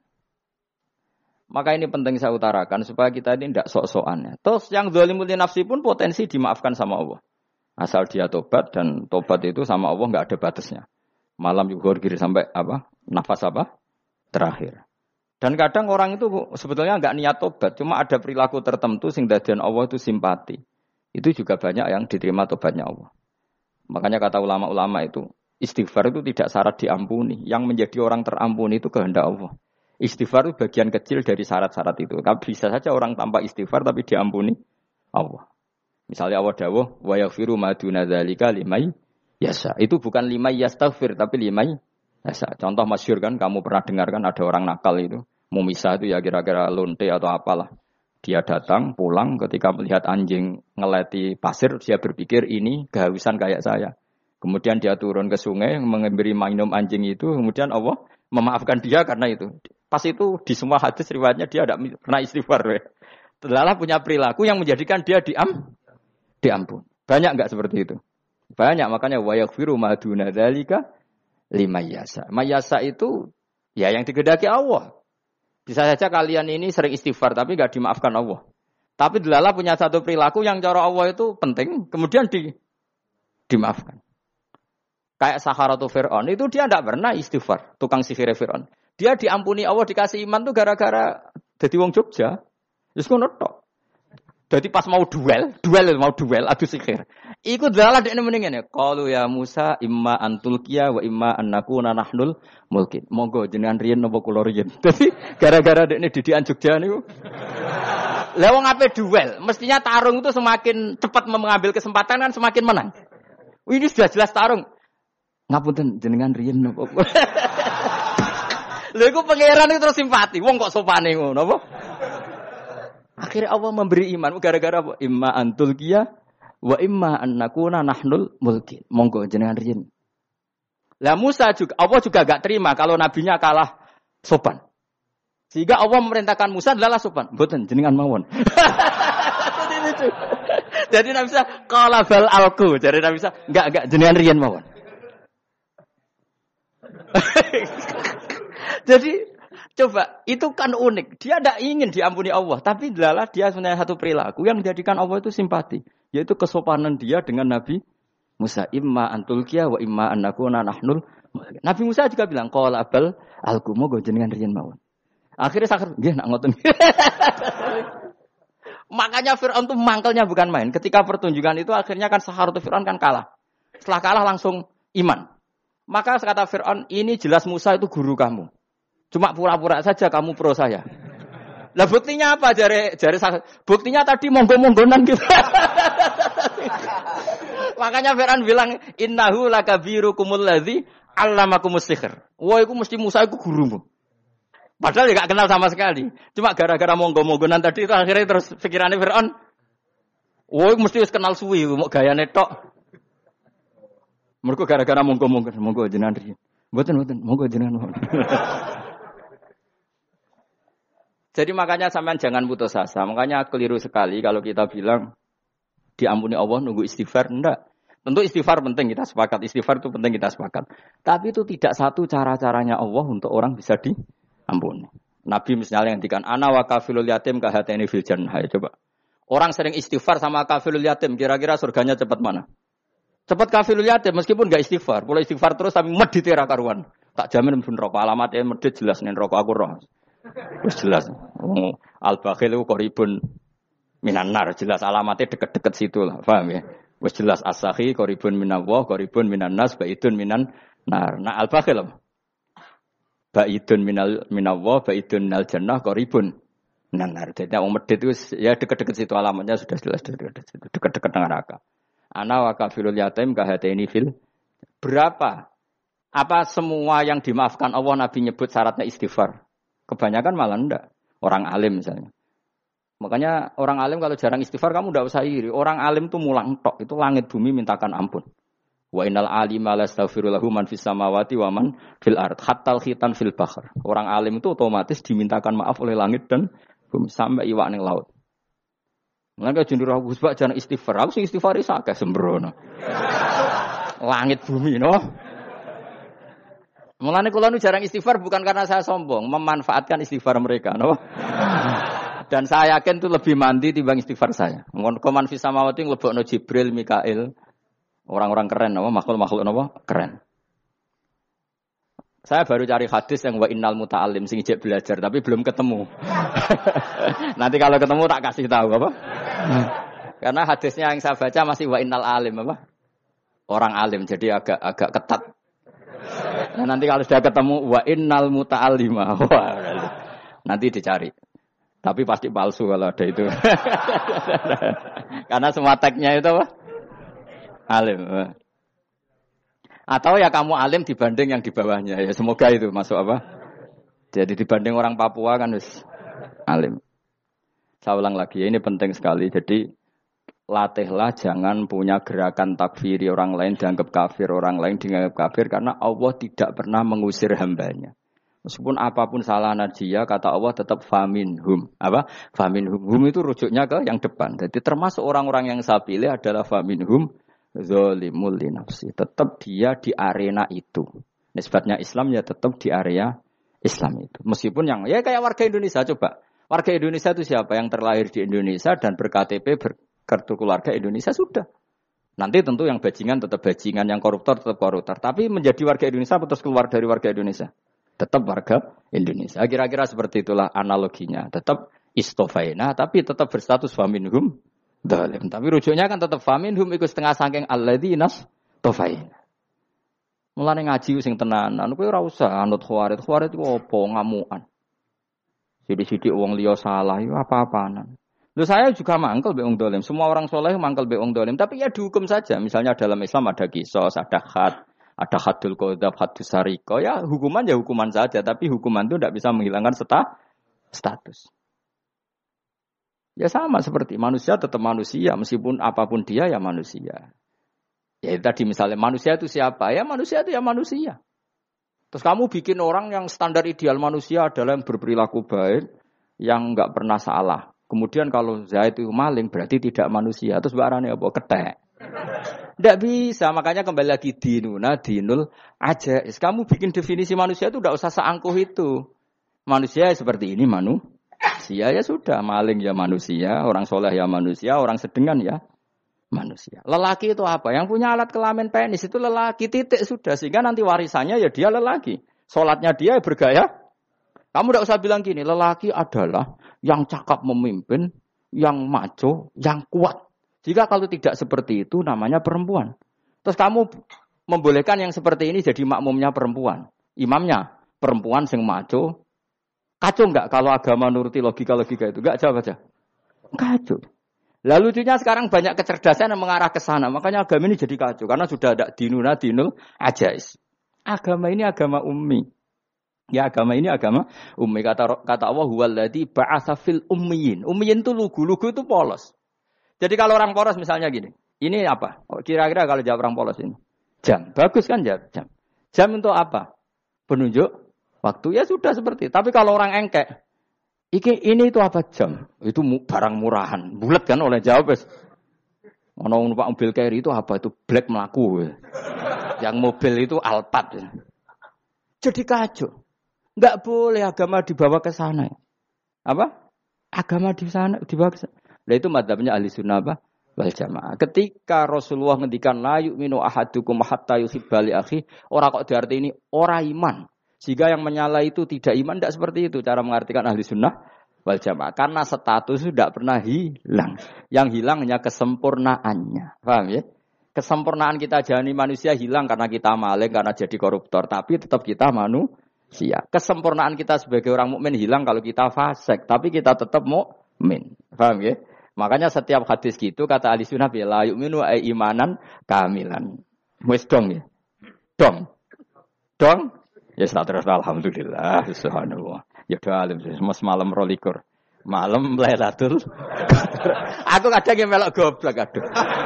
Maka ini penting saya utarakan supaya kita ini tidak sok-sokan. Ya. Terus yang zalimul li nafsi pun potensi dimaafkan sama Allah. Asal dia tobat, dan tobat itu sama Allah nggak ada batasnya. Malam yughorgir sampai apa? Nafas apa? Terakhir. Dan kadang orang itu sebetulnya nggak niat tobat, cuma ada perilaku tertentu sehingga dadian Allah itu simpati. Itu juga banyak yang diterima tobatnya Allah. Makanya kata ulama-ulama itu, istighfar itu tidak syarat diampuni. Yang menjadi orang terampuni itu kehendak Allah. Istighfar itu bagian kecil dari syarat-syarat itu. Tapi bisa saja orang tanpa istighfar tapi diampuni Allah. Misalnya Allah dawuh, wa yaghfiru ma duna dzalika limay yasa. Itu bukan limay yastaghfir tapi limay yasa. Contoh masyhur kan, kamu pernah dengarkan ada orang nakal itu, mau misah itu ya kira-kira lonte atau apalah. Dia datang pulang ketika melihat anjing ngeleti pasir, dia berpikir ini kehausan kayak saya. Kemudian dia turun ke sungai memberi minum anjing itu, kemudian Allah memaafkan dia karena itu. Pas itu di semua hadis riwayatnya dia tidak pernah istighfar. Allah punya perilaku yang menjadikan dia diampun. Banyak enggak seperti itu? Banyak, makanya wa yaghfiru ma duna dzalika limayasa. Mayasa itu ya yang digedaki Allah. Bisa saja kalian ini sering istighfar tapi enggak dimaafkan Allah. Tapi Allah punya satu perilaku yang cara Allah itu penting, kemudian dimaafkan. Kayak Saharatu Fir'aun, itu dia tidak pernah istighfar, tukang sihir Fir'aun. Dia diampuni Allah, dikasih iman tuh gara-gara jadi wong Jogja. Terus ngono tok. Jadi pas mau duel adu sihir. Iku dalah dekne mending ngene. Qalu ya Musa imma antulqiya wa imma annakuna nahnul mulkin. Monggo jenengan riyen napa kula riyen. Dadi gara-gara dekne didikan Jogja niku. Lah wong ape duel, mestinya tarung itu semakin cepat mengambil kesempatan kan semakin menang. Ini sudah jelas tarung. Ngapunten jenengan riyen napa. Lha iku pangeran itu terus simpati. Wong kok sopane ngono apa? Akhirnya Allah memberi iman gara-gara apa? Imma antulqiya wa imma annakuna nahnul mulkin. Monggo jenengan riyen. Lah Musa juga Allah juga enggak terima kalau nabinya kalah sopan. Sehingga Allah memerintahkan Musa adalah sopan. Mboten jenengan mawon. Jadi Nabi Musa qala bal alku. Jadi Nabi Musa enggak jenengan riyen mawon. Jadi coba itu kan unik. Dia tidak ingin diampuni Allah, tapi adalah dia sebenarnya satu perilaku yang menjadikan Allah itu simpati, yaitu kesopanan dia dengan Nabi Musa. Imma antulkiya wa imma annakuna nahnul. Nabi Musa juga bilang qala bal alku moga jenengan riyen mawon. Akhirnya sakit, nggih nak ngoten. Makanya Fir'aun itu mangkelnya bukan main. Ketika pertunjukan itu akhirnya kan Saharatu Fir'aun kan kalah. Setelah kalah langsung iman. Maka kata Fir'aun, ini jelas Musa itu guru kamu. Cuma pura-pura saja kamu pro saya. Lah buktinya apa? Jari buktinya tadi monggo-monggonan gitu. Makanya Fir'aun bilang, innahu lakabirukumul ladzi 'allamakumus sihr. Wah, iku mesti Musa iku gurumu. Padahal dia gak kenal sama sekali. Cuma gara-gara monggo-monggonan tadi itu akhirnya terus pikirannya Fir'aun. Woi mesti wis kenal suwi, mau gayane tok. Mergo gara-gara monggo-monggon, monggo jenengan riyen. Mboten, monggo jenengan. Jadi makanya sampean jangan putus asa. Makanya keliru sekali kalau kita bilang diampuni Allah nunggu istighfar. Enggak. Tentu istighfar penting, kita sepakat. Istighfar itu penting, kita sepakat. Tapi itu tidak satu cara-caranya Allah untuk orang bisa diampuni. Nabi misalnya yang dikatakan ana wa kafilul yatim kahateni fil jannah. Coba. Orang sering istighfar sama kafilul yatim, kira-kira surganya cepat mana? Cepat kafilul yatim meskipun enggak istighfar. Boleh istighfar terus tapi medit ra karuan. Tak jamin pun rokok alamatnya medit jelas nen rokok aku roh. Wis jelas. Al-bakhil itu qaribun minan nar, jelas alamatnya deket-deket situ lah. Paham ya? Wis jelas as-sakhi qaribun minallah, qaribun minan nas, baidun minan nar. Nah al-bakhil apa? Baidun minallah, baidun minal jannah, qaribun minan nar. Jadi wong medit itu ya deket-deket situ alamatnya sudah jelas deket-deket neraka. Ana wa kafilul yatim kahataini fil. Berapa? Apa semua yang dimaafkan Allah Nabi nyebut syaratnya istighfar? Kebanyakan malah enggak. Orang alim misalnya. Makanya orang alim kalau jarang istighfar kamu enggak usah iri. Orang alim tuh mulang tok, itu langit bumi mintakan ampun. Wa innal alima lastaghfiru lahu man fis samawati wa man fil ard hatta khitan fil bahr. Orang alim itu otomatis dimintakan maaf oleh langit dan bumi sampai iwak ning laut. Mulane jendur aku sebab jarang istighfar. Aku sing istighfar iso akeh sembrono. Langit bumi no. Mulane kula nu jarang istighfar bukan karena saya sombong, memanfaatkan istighfar mereka, no. Dan saya yakin itu lebih mandi timbang istighfar saya. Koman fi samawati nglebokno Jibril, Mikail. Orang-orang keren no, makhluk-makhluk no, keren. Saya baru cari hadis yang wa innal muta'allim sing ijek belajar tapi belum ketemu. Nanti kalau ketemu tak kasih tahu apa? Karena hadisnya yang saya baca masih wa innal alim apa? Orang alim jadi agak ketat. Nah, nanti kalau sudah ketemu wa innal muta'allima. Nanti dicari. Tapi pasti palsu kalau ada itu. Karena semua tagnya itu apa? Alim. Atau ya kamu alim dibanding yang di bawahnya. Ya semoga itu masuk apa? Jadi dibanding orang Papua kan wis alim. Saya ulang lagi ya, ini penting sekali. Jadi latihlah jangan punya gerakan takfiri orang lain dianggap kafir, orang lain dianggap kafir karena Allah tidak pernah mengusir hambanya. Meskipun apapun salah dia, kata Allah tetap faminhum. Apa? Faminhum. Hum itu rujuknya ke yang depan. Jadi termasuk orang-orang yang saya pilih adalah faminhum zalimul li nafsi. Tetap dia di arena itu. Nisbatnya Islam ya tetap di area Islam itu. Meskipun yang ya kayak warga Indonesia coba. Warga Indonesia itu siapa? Yang terlahir di Indonesia dan ber-KTP kartu keluarga Indonesia sudah. Nanti tentu yang bajingan tetap bajingan, yang koruptor tetap koruptor. Tapi menjadi warga Indonesia atau keluar dari warga Indonesia? Tetap warga Indonesia. Kira-kira seperti itulah analoginya. Tetap istofaina, tapi tetap berstatus faminhum dalim. Tapi rujuknya kan tetap faminhum ikut setengah sangking alladzinas tofaina. Mulane ngaji sing tenanan, kowe ora usah anut khawarit. Khawarit itu apa ngamukan. Sidik-sidik wong liya salah itu apa-apaan. Loh saya juga mangkel be wong dolim. Semua orang soleh mangkel be wong dolim. Tapi ya dihukum saja. Misalnya dalam Islam ada kisos, ada ada hadul qadzab, hadus sariko. Ya hukuman saja. Tapi hukuman itu tidak bisa menghilangkan status. Ya sama seperti manusia tetap manusia. Meskipun apapun dia ya manusia. Ya tadi misalnya manusia itu siapa? Ya manusia itu ya manusia. Terus kamu bikin orang yang standar ideal manusia adalah yang berperilaku baik, yang enggak pernah salah. Kemudian kalau Zaid itu maling berarti tidak manusia. Terus barane apa? Ketek. Tidak bisa, makanya kembali lagi dinul aja. Kamu bikin definisi manusia itu tidak usah seangkuh itu. Manusia seperti ini manusia ya sudah, maling ya manusia, orang soleh ya manusia, orang sedengan ya manusia. Lelaki itu apa? Yang punya alat kelamin penis itu lelaki, titik sudah. Sehingga nanti warisannya ya dia lelaki. Sholatnya dia bergaya. Kamu tidak usah bilang gini, lelaki adalah yang cakap memimpin, yang maco, yang kuat. Jika kalau tidak seperti itu namanya perempuan. Terus kamu membolehkan yang seperti ini jadi makmumnya perempuan. Imamnya perempuan sing maco. Kacau enggak kalau agama nuruti logika-logika itu? Enggak, jawab aja. Kacau. Lalu lucunya sekarang banyak kecerdasan yang mengarah ke sana. Makanya agama ini jadi kacau. Karena sudah ada dinul ajais. Agama ini agama ummi. Ya agama ini agama ummi. Kata Allah, huwaladzi ba'atsa fil ummiyin. Ummiyin itu lugu itu polos. Jadi kalau orang polos misalnya gini. Ini apa? Kira-kira kalau jawab orang polos ini. Jam. Bagus kan jam? Jam untuk apa? Penunjuk waktu. Ya sudah seperti itu. Tapi kalau orang engkek. Ini itu apa jam? Itu barang murahan. Bulat kan oleh jawab. Ono numpak mobil carry itu apa? Itu black melaku. Yang mobil itu Alphard. Jadi kacau. Enggak boleh agama dibawa ke sana. Apa? Agama di sana dibawa ke sana. Nah itu madzhabnya ahli sunnah apa? Wal jamaah. Ketika Rasulullah ngendikan la yu'minu ahadukum hatta yuhibba li akhi, ora kok diarti ini ora iman. Sehingga yang menyala itu tidak iman, tidak seperti itu cara mengartikan ahli sunnah wal jamaah. Karena status itu tidak pernah hilang. Yang hilang hanya kesempurnaannya. Paham ya? Kesempurnaan kita jadi manusia hilang karena kita maling, karena jadi koruptor. Tapi tetap kita manusia. Kesempurnaan kita sebagai orang mukmin hilang kalau kita fasik. Tapi kita tetap mukmin. Paham ya? Makanya setiap hadis gitu kata ahli sunnah la yu'minu imanan kamilan. Wis dong ya. Dong. Ya terus alhamdulillah subhanallah. Ya doa alim mas malam 22. Malam Lailatul. Aku kadang yang melok goblok aduh.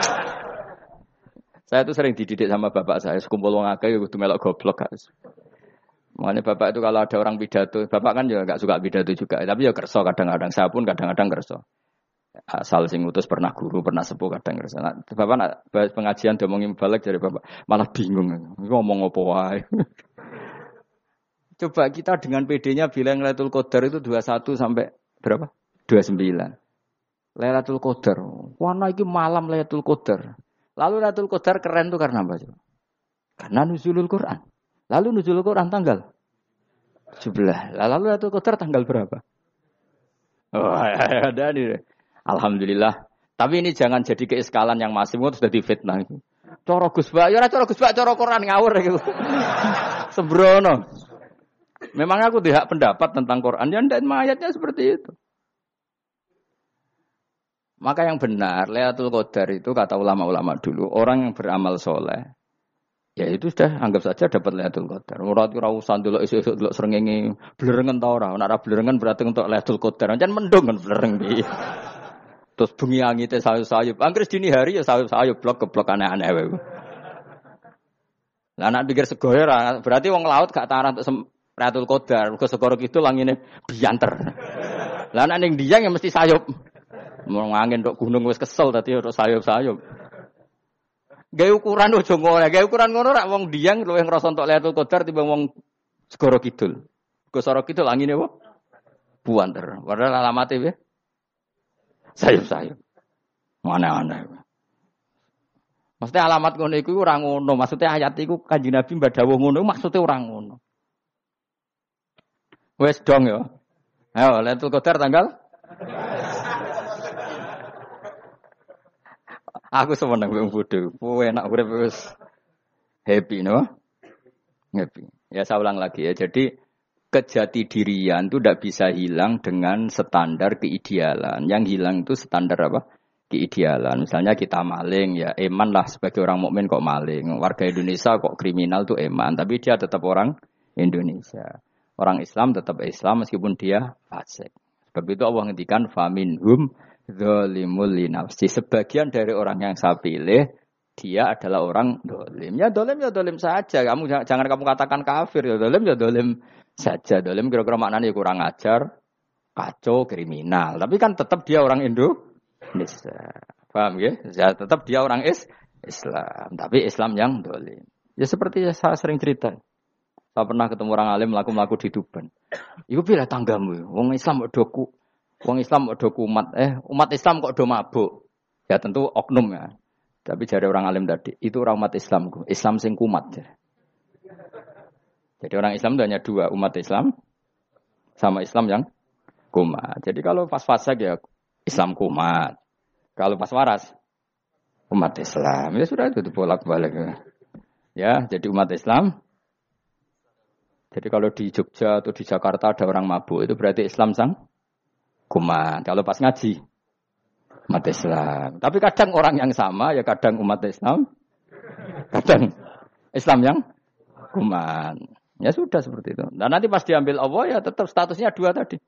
Saya tuh sering dididik sama bapak saya, sekumpul wong akeh kudu melok goblok guys. Makanya bapak itu kalau ada orang pidato, bapak kan juga enggak suka pidato juga, tapi ya kerso kadang-kadang, saya pun kadang-kadang kerso. Asal sing utus pernah guru, pernah sepuh kadang kerso. Nah, bapak nak pengajian ngomongin balik dari bapak, malah bingung ngomong apa wae. Coba kita dengan PD-nya bilang Lailatul Qadar itu 21 sampai berapa? 29. Lailatul Qadar. Warna iki malam Lailatul Qadar. Lalu Lailatul Qadar keren tuh karena apa? Karena nuzulul Quran. Lalu nuzulul Quran tanggal 17. Lalu Lailatul Qadar tanggal berapa? Oh, ada nih. Alhamdulillah. Tapi ini jangan jadi keiskalan yang masih itu sudah difitnah. Coro Gus Bak, ya coro Gus Bak, coro Quran ngawur gitu. Sembrono. Memang aku tidak pendapat tentang Quran, ya dan ayatnya seperti itu. Maka yang benar, Lailatul Qadar itu kata ulama-ulama dulu, orang yang beramal soleh, ya itu sudah anggap saja dapat Lailatul Qadar. Murat ora usah ndelok esuk-esuk ndelok srengenge blerengen ta ora, nek ora blerengen berarti untuk Lailatul Qadar. Jan mendung kan blereng piye. Terus bengi angite sayup-sayup. Anggere dini hari ya sayup-sayup blok-blok aneh-aneh wae. Lah nek pikir segoyo ora, berarti wong laut gak taran untuk Lailatul Qadar, mergo segoro kidul langine bianter. Lah nek ning Dieng ya mesti sayup. Mau angin tok gunung wis kesel tadi ora sayup-sayup. Gawe ukuran ojo ngono, gawe ukuran ngono rak wong Dieng luwih ngrasa entuk Lailatul Qadar timbang wong segoro kidul. Go segoro kidul angine apa? Buanter. Padahal alamate piye? Sayup-sayup. Aneh-aneh. Maksudnya alamat ngono iku ora ngono, maksudnya ayat iku Kanjeng Nabi mbadhawuh ngono maksudnya ora ngono. Wes dong ya. Ayo Lailatul Qadar tanggal aku seneng wong bodho. Kowe enak urip wis happy no? Happy. Ya saya ulang lagi ya. Jadi kejati dirian itu tidak bisa hilang dengan standar keidealan. Yang hilang itu standar apa? Keidealan. Misalnya kita maling ya eman lah sebagai orang mukmin kok maling. Warga Indonesia kok kriminal tuh eman, tapi dia tetap orang Indonesia. Orang Islam tetap Islam meskipun dia fasik. Sebab itu Allah ngendikan faminhum zalimul linafsi. Sebagian dari orang yang saya pilih dia adalah orang dolim. Ya dolim saja. Jangan kamu katakan kafir ya dolim saja. Dolim kira-kira maknanya kurang ajar, kacau, kriminal. Tapi kan tetap dia orang Indonesia. Paham ya? Ya tetap dia orang Islam. Tapi Islam yang dolim. Ya seperti saya sering cerita. Saya pernah ketemu orang alim melaku di Tuban. Iku pilih tanggamu. Wong Islam kok doku. Wong Islam kok doku umat. Umat Islam kok do mabuk. Ya tentu oknum ya. Tapi jari orang alim tadi. Itu orang umat Islamku. Islam sing kumat. Jadi orang Islam itu hanya dua. Umat Islam sama Islam yang kumat. Jadi kalau pas fasik ya Islam kumat. Kalau pas waras umat Islam. Ya sudah itu bolak-balik. Ya, jadi umat Islam. Jadi kalau di Jogja atau di Jakarta ada orang mabuk itu berarti Islam sang kumat. Kalau pas ngaji umat Islam. Tapi kadang orang yang sama ya kadang umat Islam, kadang Islam yang kumat. Ya sudah seperti itu. Dan nanti pas diambil Allah ya tetap statusnya dua tadi.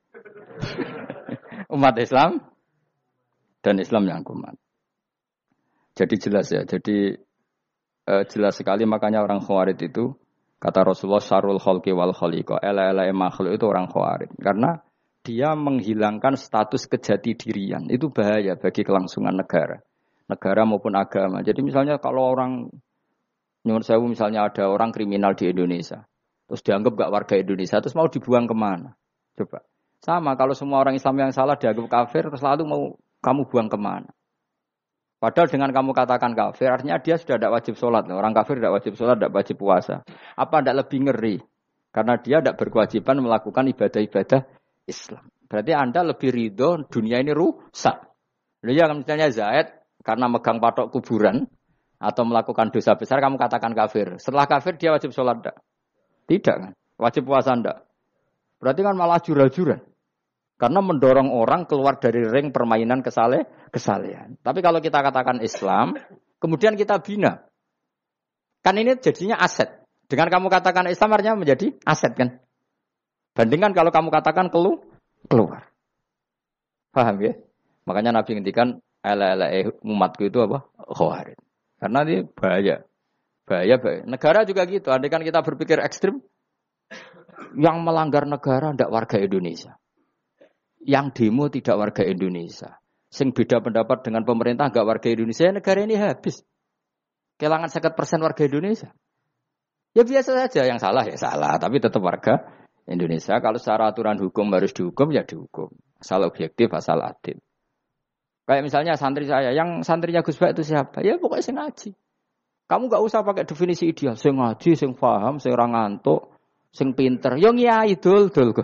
Umat Islam dan Islam yang kumat. Jadi jelas ya. Jadi jelas sekali makanya orang Khawarij itu kata Rasulullah syarrul khalqi wal khaliqa. Ela makhluk itu orang Khawarij. Karena dia menghilangkan status kejati dirian. Itu bahaya bagi kelangsungan negara. Negara maupun agama. Jadi misalnya kalau orang nyuwun sewu misalnya ada orang kriminal di Indonesia. Terus dianggap gak warga Indonesia. Terus mau dibuang kemana? Coba. Sama kalau semua orang Islam yang salah dianggap kafir. Terus lalu mau kamu buang kemana? Padahal dengan kamu katakan kafir, artinya dia sudah tidak wajib sholat. Orang kafir tidak wajib sholat, tidak wajib puasa. Apa tidak lebih ngeri? Karena dia tidak berkewajiban melakukan ibadah-ibadah Islam. Berarti Anda lebih ridho dunia ini rusak. Ya misalnya Zaid, karena megang patok kuburan, atau melakukan dosa besar, kamu katakan kafir. Setelah kafir, dia wajib sholat tidak? Tidak kan? Wajib puasa tidak? Berarti kan malah jura-jura. Karena mendorong orang keluar dari ring permainan kesalehan. Tapi kalau kita katakan Islam, kemudian kita bina. Kan ini jadinya aset. Dengan kamu katakan Islam artinya menjadi aset kan. Bandingkan kalau kamu katakan keluar. Paham ya? Makanya Nabi ngendikan umatku itu apa? Khawarij. Karena ini bahaya. Bahaya. Negara juga gitu. Andai kan kita berpikir ekstrim, yang melanggar negara tidak warga Indonesia. Yang demo tidak warga Indonesia. Sing beda pendapat dengan pemerintah enggak warga Indonesia, negara ini habis. Kehilangan 50% warga Indonesia. Ya biasa saja, yang salah ya salah, tapi tetap warga Indonesia. Kalau secara aturan hukum harus dihukum, ya dihukum. Asal objektif, asal adil. Kayak misalnya santri saya, yang santrinya Gus Bak itu siapa? Ya pokoknya sing ngaji. Kamu enggak usah pakai definisi ideal. Sing ngaji, sing paham, sing ora ngantuk, sing pinter. Yo ngiyai dul kok.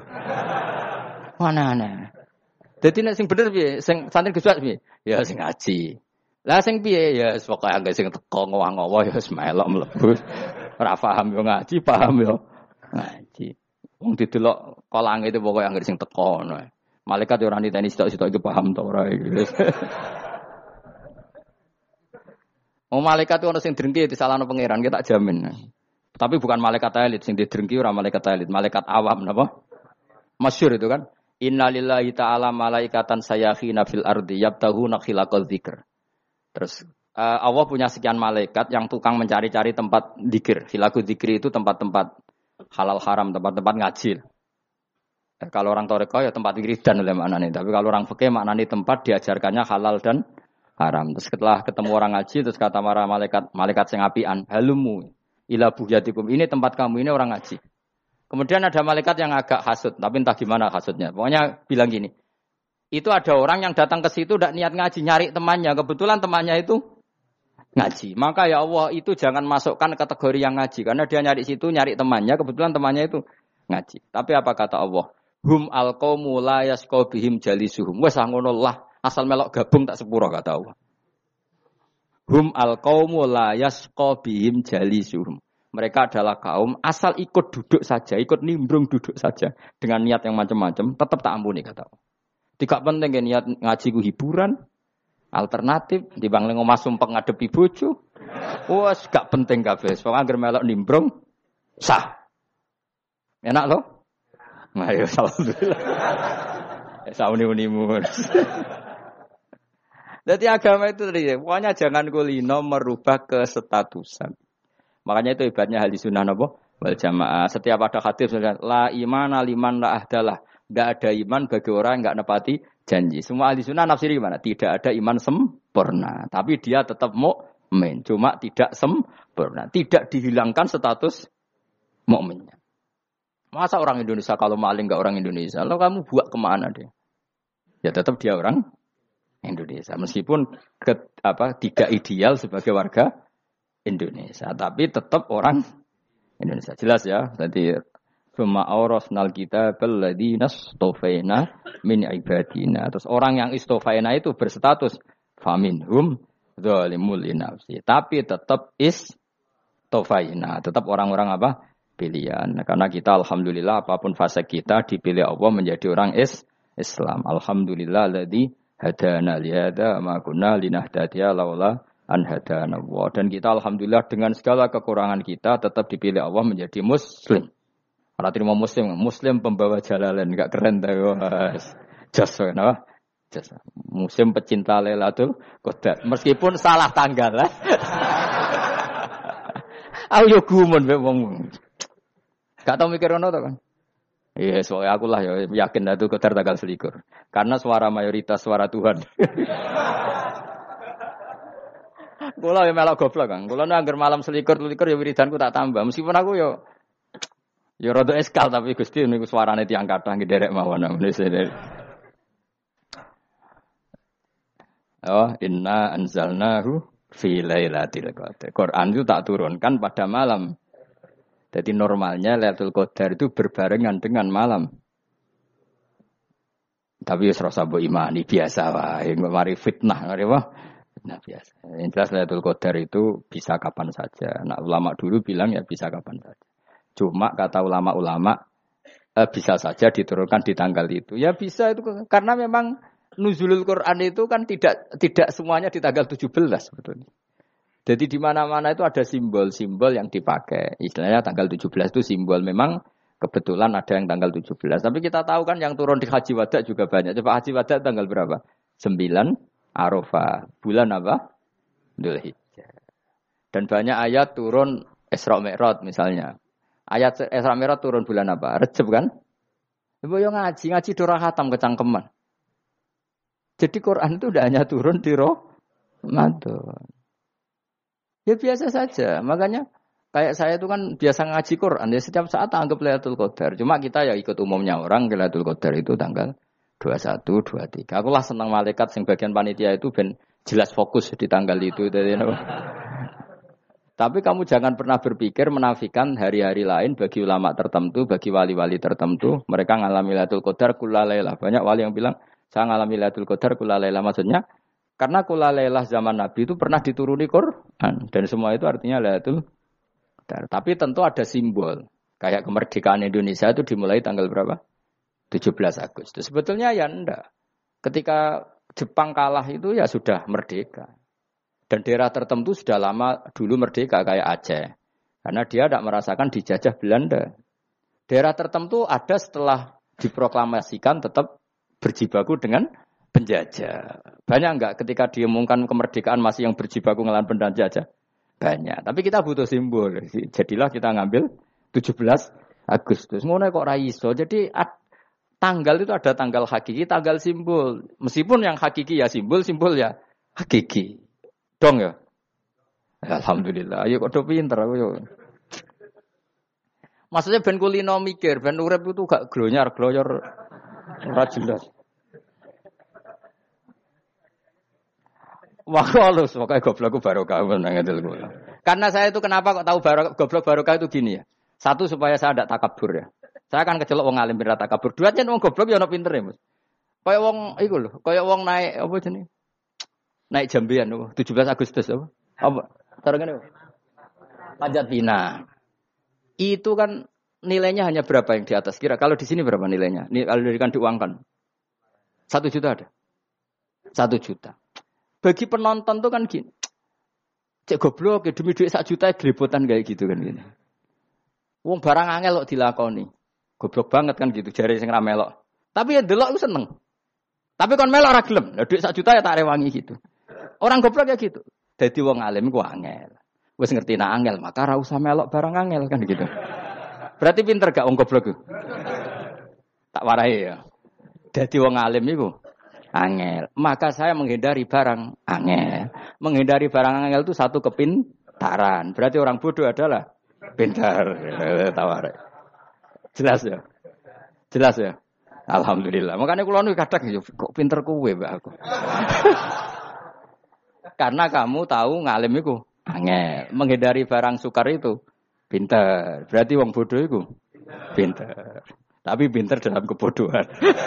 Mana. Dadi nek sing bener piye? Sing santri Gus Bak piye? Ya sing ngaji. Lah sing piye? Ya pokoke anggere sing teko ngowah-ngowah ya wis melok mlebu. Ora paham yo ngaji, paham yo ngaji. Wong didelok kolange itu pokoke anggere sing teko ngono. Malaikat yo ora niteni sitok-sitok iki paham ta ora iki. Oh malaikat itu ono sing drengki disalahno pangeran, kita jamin. Tapi bukan malaikat elit sing didrengki ora malaikat elit, malaikat awam napa? Masyhur itu kan. Innalillahi ta'ala malaikatan sayakhina fil ardi yabtahuna khilaqal dzikr. Terus Allah punya sekian malaikat yang tukang mencari-cari tempat dzikir. Khilaqul dzikri itu tempat-tempat halal haram, tempat-tempat ngaji. Kalau orang tarekat ya tempat wiridan oleh maknanya. Tapi kalau orang fikih maknanya tempat diajarkannya halal dan haram. Terus setelah ketemu orang ngaji terus kata para malaikat sing apian, halumu ila buhyatikum. Ini tempat kamu, ini orang ngaji. Kemudian ada malaikat yang agak hasud, tapi entah gimana hasudnya. Pokoknya bilang gini, itu ada orang yang datang ke situ tidak niat ngaji, nyari temannya. Kebetulan temannya itu ngaji. Maka ya Allah itu jangan masukkan kategori yang ngaji. Karena dia nyari situ, nyari temannya. Kebetulan temannya itu ngaji. Tapi apa kata Allah? Hum alqaumu la yasqa bihim jalisuhum. Wes ngono lah, asal melok gabung tak sepuro kata Allah. Hum alqaumu la yasqa bihim jalisuhum. Mereka adalah kaum asal ikut duduk saja, ikut nimbrung duduk saja dengan niat yang macam-macam, tetap tak ampuni kata Allah. Tidak penting ya niat ngaji ku hiburan, alternatif, dibang lengo masumpeng ngadepi bojo. Wes gak penting kabeh. Pokoke anggere melok nimbrung sah. Enak loh? Nah, ya alhamdulillah. Sauni-unimu. Jadi agama itu tadi, pokoknya jangan kulino merubah kestatusan. Makanya itu hebatnya ahli sunnah napa wal jamaah. Setiap ada hadis la imana liman la ahdalah Tidak ada iman bagi orang yang nggak nepati janji. Semua ahli sunnah nafsiri gimana? Tidak ada iman sempurna. Tapi dia tetap mukmin. Cuma tidak sempurna. Tidak dihilangkan status mukminnya. Masa orang Indonesia kalau maling nggak orang Indonesia? Lalu kamu buat kemana dia? Ya tetap dia orang Indonesia. Meskipun tidak ideal sebagai warga Indonesia. Tapi tetap orang Indonesia. Jelas ya. Tadi Summa awrasnal kitabal ladzina istofaina min ibadina. Terus orang yang istofaina itu berstatus faminhum zalimul linafsi. Tapi tetap istofaina, tetap orang-orang apa? Pilihan. Nah, karena kita alhamdulillah apapun fase kita dipilih Allah menjadi orang Islam. Alhamdulillah alladzi hadana li hadza ma kunna linahtadiya laula an hadana Allah. Dan kita alhamdulillah dengan segala kekurangan kita tetap dipilih Allah menjadi muslim. Karena terima muslim pembawa jalalain, enggak keren dah. Jasa kenapa? Jasa. Muslim pecinta Lailatul Qadar. Meskipun salah tanggal lah. Aku yo gumun mbek wong. Gak tau mikir ngono to kan. Iya, soalnya aku lah ya yakin Lailatul Qadar tanggal 21. Karena suara mayoritas suara Tuhan. Kula ya melok goblok kan. Kula nek anggar malam 21 ya wiridanku tak tambah. Meskipun aku yo ya rada eskal tapi Gusti niku suarane tiyang kathah ngederek mawon. Oh, inna anzalnahu fi lailatul qadar. Quran itu tak turunkan pada malam. Jadi normalnya Lailatul Qadar itu berbarengan dengan malam. Tapi wis rasa mbok imani biasa wae, mari fitnah, mari wah. Nah biasa. Yang jelas Lailatul Qadar itu bisa kapan saja. Nah ulama dulu bilang ya bisa kapan saja. Cuma kata ulama-ulama bisa saja diturunkan di tanggal itu. Ya bisa itu karena memang nuzulul Quran itu kan tidak semuanya di tanggal 17 sebetulnya. Jadi di mana-mana itu ada simbol-simbol yang dipakai. Istilahnya tanggal 17 itu simbol memang kebetulan ada yang tanggal 17. Tapi kita tahu kan yang turun di Haji Wada juga banyak. Coba Haji Wada tanggal berapa? 9 Arafah. Bulan apa? Dzulhijjah. Dan banyak ayat turun Isra Mi'raj misalnya. Ayat Isra Mi'raj turun bulan apa? Rejab kan? Ibu yang ngaji dorah khatam kecangkeman. Jadi Quran itu tidak hanya turun di Ramadan. Ya biasa saja. Makanya kayak saya itu kan biasa ngaji Quran. Ya setiap saat anggap Lailatul Qadar. Cuma kita ya ikut umumnya orang Lailatul Qadar itu tanggal 21, 23. Aku lah senang malaikat yang bagian panitia itu ben jelas fokus di tanggal itu. Tapi kamu jangan pernah berpikir menafikan hari-hari lain bagi ulama tertentu, bagi wali-wali tertentu. Mereka ngalami Lailatul Qadar kulalailah. Banyak wali yang bilang, saya ngalami Lailatul Qadar kulalailah. Maksudnya, karena kulalailah zaman Nabi itu pernah dituruni Quran. Dan semua itu artinya Lailatul Qadar. Tapi tentu ada simbol. Kayak kemerdekaan Indonesia itu dimulai tanggal berapa? 17 Agustus. Sebetulnya ya enggak. Ketika Jepang kalah itu ya sudah merdeka. Dan daerah tertentu sudah lama dulu merdeka kayak Aceh. Karena dia tidak merasakan dijajah Belanda. Daerah tertentu ada setelah diproklamasikan tetap berjibaku dengan penjajah. Banyak enggak ketika diumumkan kemerdekaan masih yang berjibaku ngelawan penjajah? Banyak. Tapi kita butuh simbol. Jadilah kita ngambil 17 Agustus. Ngono kok ra iso. Jadi tanggal itu ada tanggal hakiki, tanggal simbol. Meskipun yang hakiki ya simbol ya hakiki. Dong ya? Alhamdulillah. Ayo kok pinter aku yo. Maksudnya ben kulino mikir, ben urip itu gak gloyor ora jelas. Wah, halus pokoke goblokku barokah menang ngedel kula. Karena saya itu kenapa kok tahu goblok barokah itu gini ya. Satu supaya saya tidak takabur ya. Saya akan kecelok wong alim ben takabur. Dua jen wong goblok ya ono pinter ya, Mas. Kaya wong iku lho, kaya wong naik apa jenenge? Naik jambian, 17 Agustus apa? Apa? Taruh ngene. Panjat Pinang. Itu kan nilainya hanya berapa yang di atas? Kira kalau di sini berapa nilainya? Kalau diberikan diuangkan. 1 juta ada? 1 juta. Bagi penonton tuh kan gini. Cek goblok, demi duit 1 juta gelepotan kayak gitu kan gini. Wong barang angel kok dilakoni. Goblok banget kan gitu, jare sing ra melok. Tapi ya delok aku seneng. Tapi kon melok ora gelem. Lah duit 1 juta ya tak rewangi gitu. Orang goblok ya gitu. Dadi wong alim ku angel. Wis ngerti nak angel, maka ora usah melok barang angel kan gitu. Berarti pinter gak wong goblok ku? Tak warai ya. Dadi wong alim iku angel. Maka saya menghindari barang angel. Menghindari barang angel itu satu kepintaran. Berarti orang bodoh adalah pintar. Tawarai. Jelas ya? Jelas ya? Alhamdulillah. Makanya kula nu kadang kok pinter kowe mbak aku. Karena kamu tahu ngalim iku angel. Menghindari barang sukar itu pintar. Berarti wong bodoh iku pintar. Tapi pintar dalam kebodohan.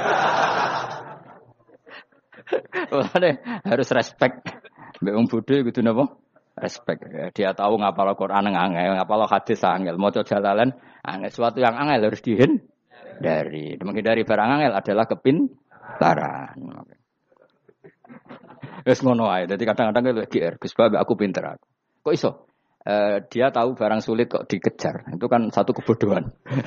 Makanya harus respect. Mbak wong bodoh kudu napa? Respect. Dia tahu ngapal Quran angel, ngapal hadis angel, maca jalalan angel. Sesuatu yang angel harus dihindari. Menghindari barang angel adalah kepintaran. Wes ngono ae. Dadi kadang-kadang lek GR, Gus Bab aku pinter aku. Kok iso? Dia tahu barang sulit kok dikejar. Itu kan satu kebodohan.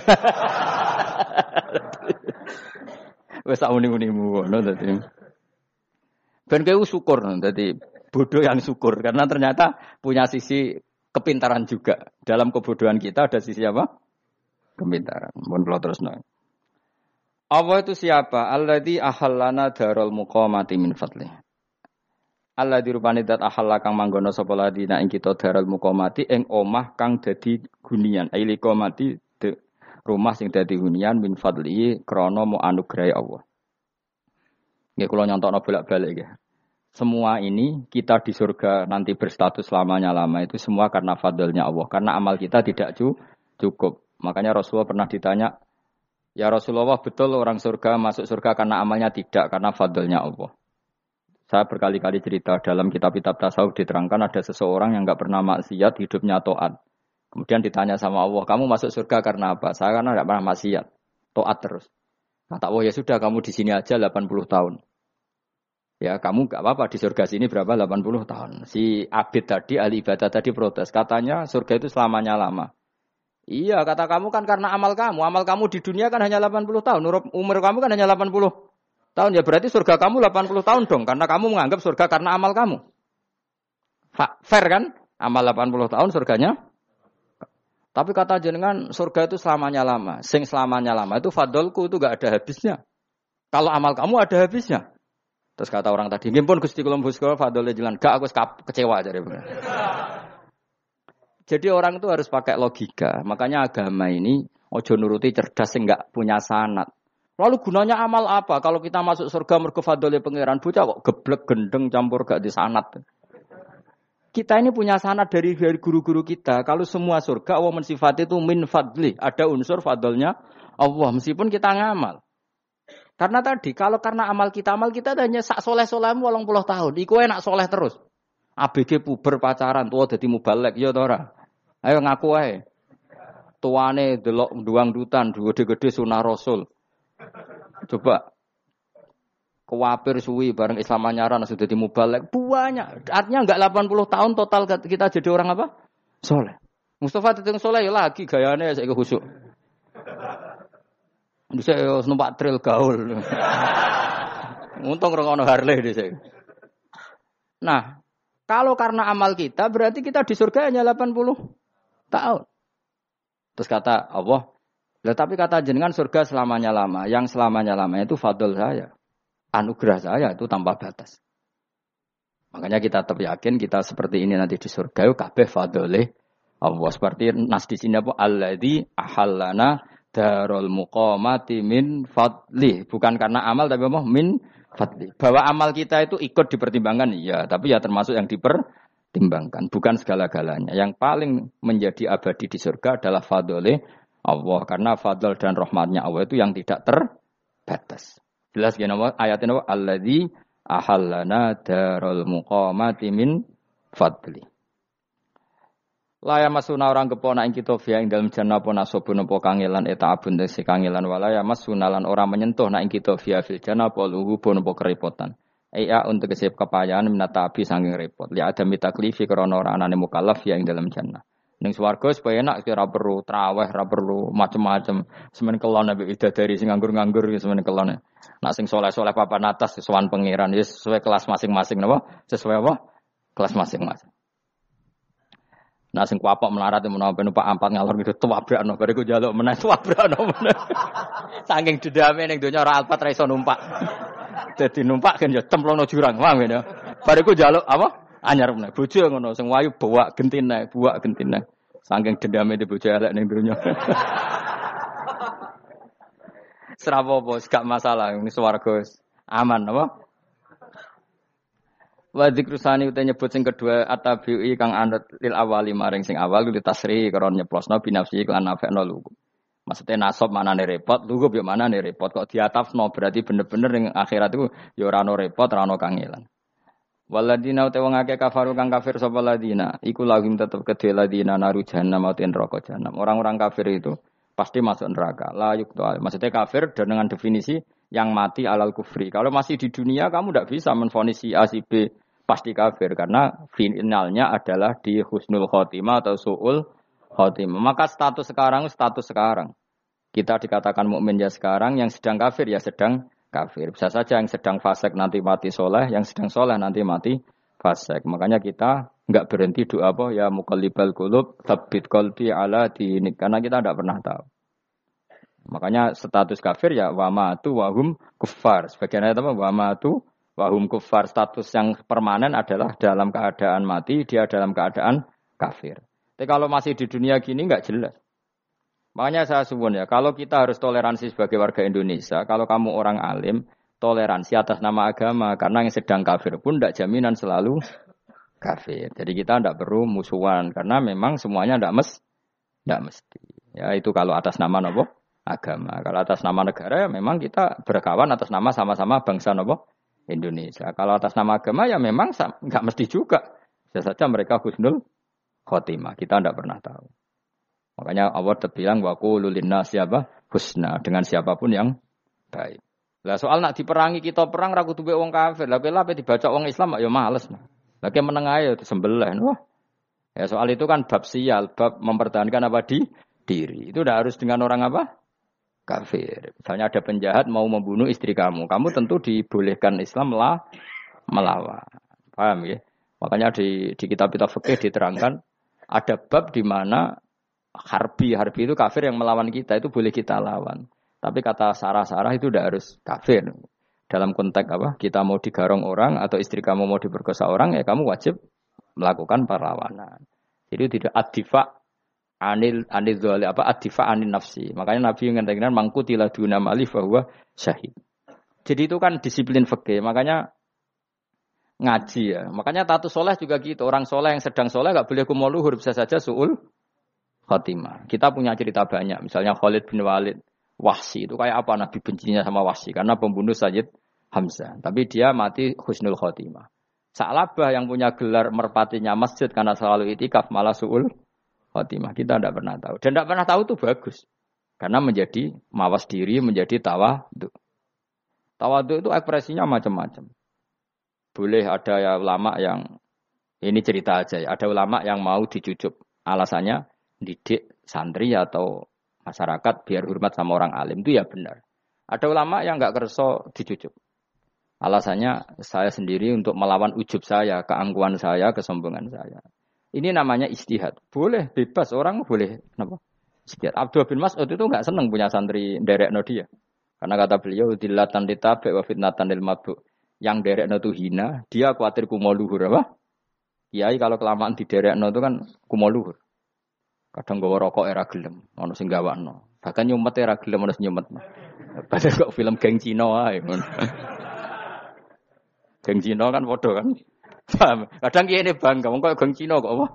Wes sak muni-munimu ngono dadi. Ben kowe syukur dadi bodoh yang syukur karena ternyata punya sisi kepintaran juga. Dalam kebodohan kita ada sisi apa? Kepintaran. Mun kula terusno. Allah itu siapa? Alladzi ahallana darul muqamati min fadli. Alladzi rupane dat ahalla kang manggono sapa ladina ing kita darul muqamati ing omah kang dadi hunian. Aili qamati rumah sing dadi hunian min fadli krana mu anugrahe Allah. Nggih kula nyontokno bolak-balik nggih. Semua ini kita di surga nanti berstatus lamanya-lama itu semua karena fadlnya Allah. Karena amal kita tidak cukup. Makanya Rasulullah pernah ditanya, ya Rasulullah betul orang surga masuk surga karena amalnya tidak, karena fadlnya Allah. Saya berkali-kali cerita dalam kitab-kitab tasawuf diterangkan ada seseorang yang enggak pernah maksiat, hidupnya taat. Kemudian ditanya sama Allah, kamu masuk surga karena apa? Saya karena enggak pernah maksiat, taat terus. Kata Allah, ya sudah kamu di sini aja 80 tahun. Ya kamu enggak apa-apa di surga sini berapa 80 tahun. Si Abid tadi, ahli ibadah tadi protes. Katanya surga itu selamanya lama. Iya kata kamu kan karena amal kamu. Amal kamu di dunia kan hanya 80 tahun. Umur kamu kan hanya 80 tahun. Ya berarti surga kamu 80 tahun dong. Karena kamu menganggap surga karena amal kamu. Fair kan? Amal 80 tahun surganya. Tapi kata jenengan surga itu selamanya lama. Sing selamanya lama itu fadolku itu enggak ada habisnya. Kalau amal kamu ada habisnya. Terus kata orang tadi, ngimpun Gusti kula mbusku fadole jalan. Gak aku kecewa jare. Jadi orang itu harus pakai logika. Makanya agama ini ojo nuruti cerdas sing enggak punya sanad. Lalu gunanya amal apa? Kalau kita masuk surga mergo fadole pangeran bocah kok geblek gendeng campur gak di sanad. Kita ini punya sanad dari guru-guru kita. Kalau semua surga Allah mensifati itu min fadli, ada unsur fadlnya Allah meskipun kita ngamal. Karena tadi, kalau karena amal kita hanya sak soleh-solehmu 80 tahun. Iku enak soleh terus. ABG puber pacaran, tua dadi mubalek, ya ora. Ayo ngaku ae. Tuane delok duang dutan, gede-gede sunah Rasul. Coba. Kuwapir suwi bareng Islam anyaran sudah dadi mubalek. Banyak. Artinya enggak 80 tahun total kita jadi orang apa? Soleh. Mustafa teteng soleh ya lagi gayane saiki khusuk. Bisa numpak trail gaul. Untung ngrungokno Harley dhisik. Nah, kalau karena amal kita berarti kita di surga hanya 80 tahun. Terus kata Allah, lah tapi kata jenengan surga selamanya lama. Yang selamanya lama itu fadl saya. Anugerah saya itu tanpa batas. Makanya kita tetap yakin kita seperti ini nanti di surga itu kabeh fadlih Allah. Seperti nas di sini apa? Alladzi ahallana darul muqamati min fadli. Bukan karena amal tapi apa? Min fadli. Bahwa amal kita itu ikut dipertimbangkan, iya. Tapi ya termasuk yang dipertimbangkan. Bukan segala-galanya. Yang paling menjadi abadi di surga adalah fadli Allah. Karena fadl dan rahmatnya Allah itu yang tidak terbatas. Jelas ya nama ayatnya apa? Alladzi ahallana darul muqamati min fadli. Laya masuna orang kepona ing kita via ing dalam jannah pona sobun apa kangelan eta abun desi kangelan walaya masuna lan orang menyentuh nak ing kita via fil jannah apa luhu pun apa kerepotan. Iya untuk kesep kepayahan minata api saking repot. Li ada mitaklifi krana ora anane mukallaf via ing dalam jannah. Ning swarga supaya enak ora perlu traweh, ora perlu macam-macam. Semen kelon ambek widadari sing nganggur-nganggur semen kelon. Nak sing saleh-saleh papan atas sowan pangeran sesuai kelas masing-masing napa? Sesuai apa? Kelas masing-masing. Nah sing kuapok melarat menawa numpak ampat ngalor gitu tuwabrakno bariku njaluk meneh tuwabrakno meneh. Saking dendame ning donya ora alpat ra iso numpak. Dadi numpak kan ya cemplungno jurang, paham ya. Bariku njaluk apa? Anyar meneh. Bojo ngono sing wayu buak gentine. Saking dendame di bojo elek ning donya. Serapopo gak masalah ini swarga aman apa? Wa dzikrusani uta nyebut sing kedua atabi'i kang anut lil awali maring sing awal li tasri karo nyeplosno binafsi lan nafekno lugu. Maksudnya nasab manane repot, lugu yo manane repot kok diatafno berarti bener-bener ning akhirat iku yo ora ono repot, ora ono kangelan. Waladina uta wong akeh kafaru kang kafir sapa ladina iku lahum tetep kedhe ladina naru jahannam utawa neraka jahanam. Orang-orang kafir itu pasti masuk neraka. La yuqta. Maksudnya kafir dengan definisi yang mati alal kufri. Kalau masih di dunia kamu tidak bisa menvonis si A si B pasti kafir karena finalnya adalah di husnul khotimah atau su'ul khotimah. Maka status sekarang. Kita dikatakan mukmin ya sekarang, yang sedang kafir ya sedang kafir. Bisa saja yang sedang fasik nanti mati soleh, yang sedang soleh nanti mati fasik. Makanya kita enggak berhenti doa apa ya muqallibal qulub tsabbit qalbi ala dinik karena kita tidak pernah tahu. Makanya status kafir ya wa matu wa hum kuffar. Sebagian ayat apa wa matu wahum kufar, status yang permanen adalah dalam keadaan mati, dia dalam keadaan kafir. Tapi kalau masih di dunia gini enggak jelas. Makanya saya suwun ya, kalau kita harus toleransi sebagai warga Indonesia, kalau kamu orang alim, toleransi atas nama agama, karena yang sedang kafir pun tidak jaminan selalu kafir. Jadi kita tidak perlu musuhan, karena memang semuanya tidak mesti. Ya itu kalau atas nama apa? Agama. Kalau atas nama negara, ya memang kita berkawan atas nama sama-sama bangsa apa? Indonesia. Kalau atas nama agama ya memang nggak mesti juga. Bisa saja mereka husnul khotimah. Kita tidak pernah tahu. Makanya Allah terbilang wa qulu linnasi apa husna dengan siapapun yang baik. Lah soal nak diperangi kita perang ra kudu wong kafir. Lah ape dibaca wong Islam ya males. Lagi meneng ae disembelih. Wah. Ya soal itu kan bab sial, bab mempertahankan apa di diri. Itu udah harus dengan orang apa? Kafir. Misalnya ada penjahat mau membunuh istri kamu tentu dibolehkan Islam melawan. Paham ya? Makanya di kitab-kitab fikih diterangkan ada bab di mana harbi itu kafir yang melawan kita itu boleh kita lawan. Tapi kata sarah itu udah harus kafir. Dalam konteks apa? Kita mau digarong orang atau istri kamu mau diperkosa orang ya kamu wajib melakukan perlawanan. Jadi tidak adifa anil dzali apa adifa anil nafsi. Makanya Nabi mengatakan mangkutila duna mali bahwa syahid. Jadi itu kan disiplin fikih. Makanya ngaji ya. Makanya tatu soleh juga gitu. Orang soleh yang sedang soleh enggak boleh kumo luhur, bisa saja suul khotimah. Kita punya cerita banyak. Misalnya Khalid bin Walid, Wahsy itu kayak apa Nabi bencinya sama Wahsy karena pembunuh Sayyid Hamzah. Tapi dia mati husnul khotimah. Sa'labah yang punya gelar merpatinya masjid karena selalu itikaf malah suul khotimah. Kita tidak pernah tahu. Dan tidak pernah tahu itu bagus. Karena menjadi mawas diri, menjadi tawadhu. Tawadhu itu ekspresinya macam-macam. Boleh ada ya ulama yang, ini cerita aja ya, ada ulama yang mau dicucup. Alasannya didik santri atau masyarakat biar hormat sama orang alim. Itu ya benar. Ada ulama yang enggak kerso dicucup. Alasannya saya sendiri untuk melawan ujub saya, keangkuhan saya, kesombongan saya. Ini namanya istihad. Boleh, bebas. Orang boleh. Kenapa? Istihad. Abdullah bin Mas'ud itu enggak senang punya santri nderekno dia. Karena kata beliau, dilatan ditabe wa fitnatan lil mabuk. Yang nderekno itu hina, dia khawatir kumo luhur. Apa? Kiai kalau kelamaan diderekno itu kan kumo luhur. Kadang gawa rokok era gelem. Ono sing gawakno. Bahkan nyumet era gelem ono sing nyumet. Padahal kok film geng Cina wae. Geng Cina kan padha kan. Paham? Kadang kiai ini bangga, wong kok geng Cina kok apa?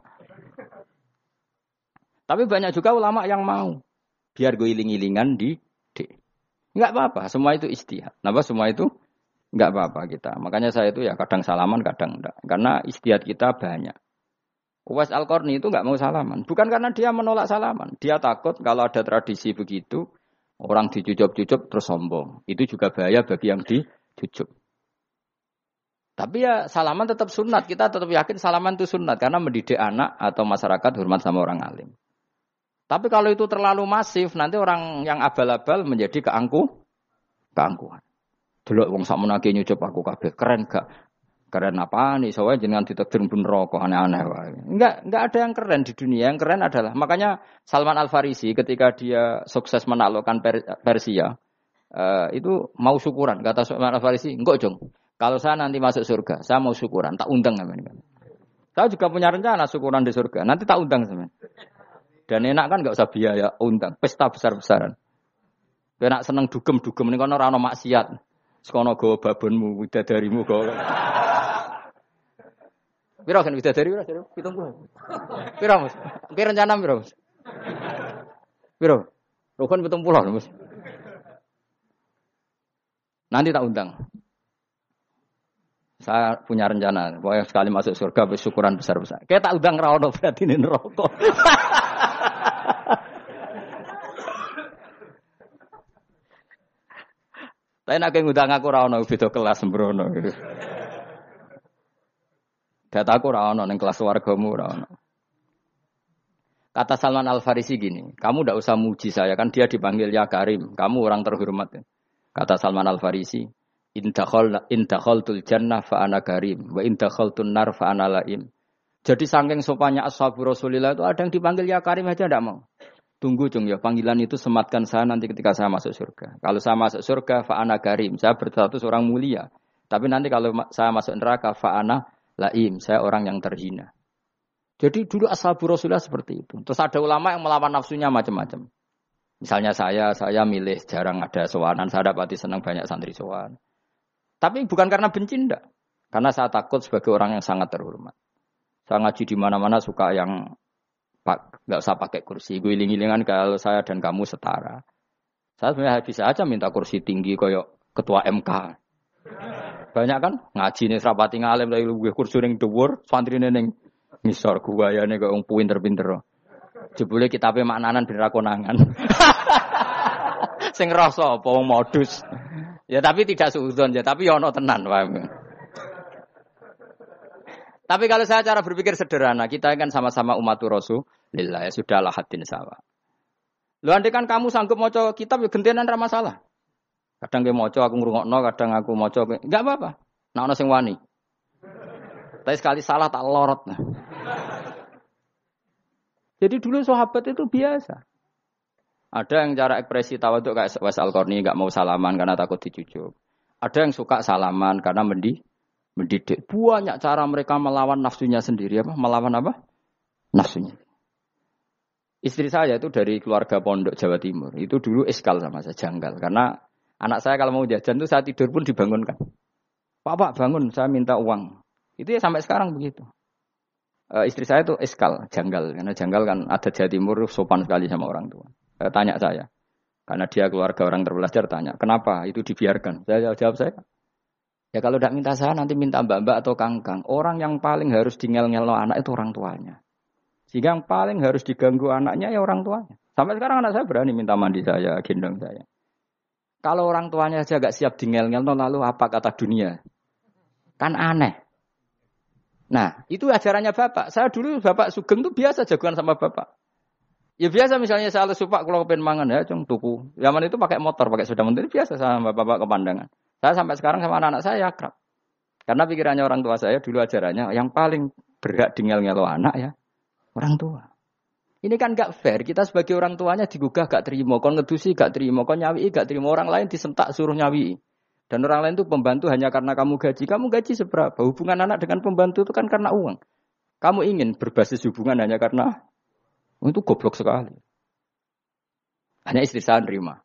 Tapi banyak juga ulama yang mau biar gue iling-ilingan di enggak apa-apa, semua itu istihad. Napa semua itu enggak apa-apa kita. Makanya saya itu ya kadang salaman, kadang enggak. Karena istihad kita banyak. Uwais Al-Qarni itu enggak mau salaman, bukan karena dia menolak salaman. Dia takut kalau ada tradisi begitu, orang dicucup-cucup terus sombong. Itu juga bahaya bagi yang dicucup. Tapi ya salaman tetap sunat. Kita tetap yakin salaman itu sunat. Karena mendidik anak atau masyarakat hormat sama orang alim. Tapi kalau itu terlalu masif, nanti orang yang abal-abal menjadi keangkuhan. Delok wong sakmenake nyucup aku kabeh. Keren gak? Keren apa nih? Soalnya jenengan ditakdir pun rokok aneh-aneh wae. Enggak ada yang keren di dunia. Yang keren adalah makanya Salman Al Farisi ketika dia sukses menaklukkan Persia itu mau syukuran. Kata Salman Al Farisi, enggak Jong. Kalau saya nanti masuk surga, saya mau syukuran, tak undang namanya. Saya juga punya rencana syukuran di surga. Nanti tak undang sama. Dan enak kan enggak usah biaya undang, pesta besar-besaran. Kena seneng dugem-dugem ini kono ora ono maksiat. Sekono go babonmu, widadarimu go. Piro kan widadari ora jare 70. Piro Mas? Ki rencana piro Mas? Piro? Rukun 70 Mas. Nanti tak undang. Saya punya rencana, pokoknya sekali masuk surga bersyukuran besar-besar. Kayak tak undang ra ono berarti ini neraka. Tapi nek ngundang aku ra ono beda kelas sembrono. Dataku ora ono ning kelas wargamu ora ono. Kata Salman Al Farisi gini, kamu ndak usah muji saya kan dia dipanggil ya Karim, kamu orang terhormat. Kata Salman Al Farisi, in dakhaltul jannah fa ana karim wa in dakhaltun nar fa ana laim. Jadi saking sopannya ashabu Rasulillah itu ada yang dipanggil ya Karim aja ndak mau. Tunggu Jung ya, panggilan itu sematkan saya nanti ketika saya masuk surga. Kalau saya masuk surga fa ana karim, saya berstatus orang mulia. Tapi nanti kalau saya masuk neraka fa ana laim, saya orang yang terhina. Jadi dulu ashabu Rasulullah seperti itu. Terus ada ulama yang melawan nafsunya macam-macam. Misalnya saya milih jarang ada sowanan, saya dapati senang banyak santri sowan. Tapi bukan karena benci enggak. Karena saya takut sebagai orang yang sangat terhormat. Saya ngaji di mana-mana suka yang enggak usah pakai kursi. Guling-gilingan kalau saya dan kamu setara. Saya sebenarnya bisa aja minta kursi tinggi koyok ketua MK. Banyak kan ngaji nih serapati ngalim lagi gue kursi ning dhuwur, santrine ning ngisor guayane kok wong pinter-pinter. Jebule kitabe maknanan ben ra konangan. Sing rasa apa wong modus. Ya tapi tidak suudzon ya, tapi ono tenan paham. Tapi kalau saya cara berpikir sederhana, kita kan sama-sama umatur Rasulillah ya sudahlah hadin sawa. Lho andai kan kamu sanggup maca kitab ya gentenan ra masalah. Kadang ke moco aku ngrungokno, kadang aku moco enggak apa-apa. Nek ana sing wani. Tapi sekali salah tak lorot. Jadi dulu sahabat itu biasa. Ada yang cara ekspresi tawaduk kayak Wais Al-Qarni enggak mau salaman karena takut dicucuk. Ada yang suka salaman karena mendidik. Banyak cara mereka melawan nafsunya sendiri apa? Melawan apa? Nafsunya. Istri saya itu dari keluarga pondok Jawa Timur. Itu dulu iskal sama saya, janggal karena anak saya kalau mau jajan itu saat tidur pun dibangunkan. Pak bangun, saya minta uang. Itu ya sampai sekarang begitu. Istri saya itu eskal, janggal. Karena janggal kan ada Jawa Timur sopan sekali sama orang tua. Tanya saya. Karena dia keluarga orang terpelajar tanya, kenapa itu dibiarkan? Saya jawab saya. Ya kalau tidak minta saya nanti minta mbak-mbak atau kangkang. Orang yang paling harus ngel-ngelo anak itu orang tuanya. Sehingga yang paling harus diganggu anaknya ya orang tuanya. Sampai sekarang anak saya berani minta mandi saya, gendong saya. Kalau orang tuanya saja gak siap dingel-ngel, lalu apa kata dunia? Kan aneh. Nah, itu ajarannya bapak. Saya dulu bapak Sugeng itu biasa jagoan sama bapak. Ya biasa misalnya saya supak kalau pengen mangan ya, cung tuku. Zaman itu pakai motor, pakai sepeda motor, biasa sama bapak kepandangan. Saya sampai sekarang sama anak-anak saya akrab. Karena pikirannya orang tua saya dulu ajarannya yang paling berhak dingel-ngelo anak ya orang tua. Ini kan gak fair, kita sebagai orang tuanya digugah gak terima, kon ngedusi gak terima, kon nyawi gak terima, orang lain disentak suruh nyawi. Dan orang lain itu pembantu hanya karena kamu gaji seberapa? Hubungan anak dengan pembantu itu kan karena uang. Kamu ingin berbasis hubungan hanya karena itu goblok sekali. Hanya istri saya nerima.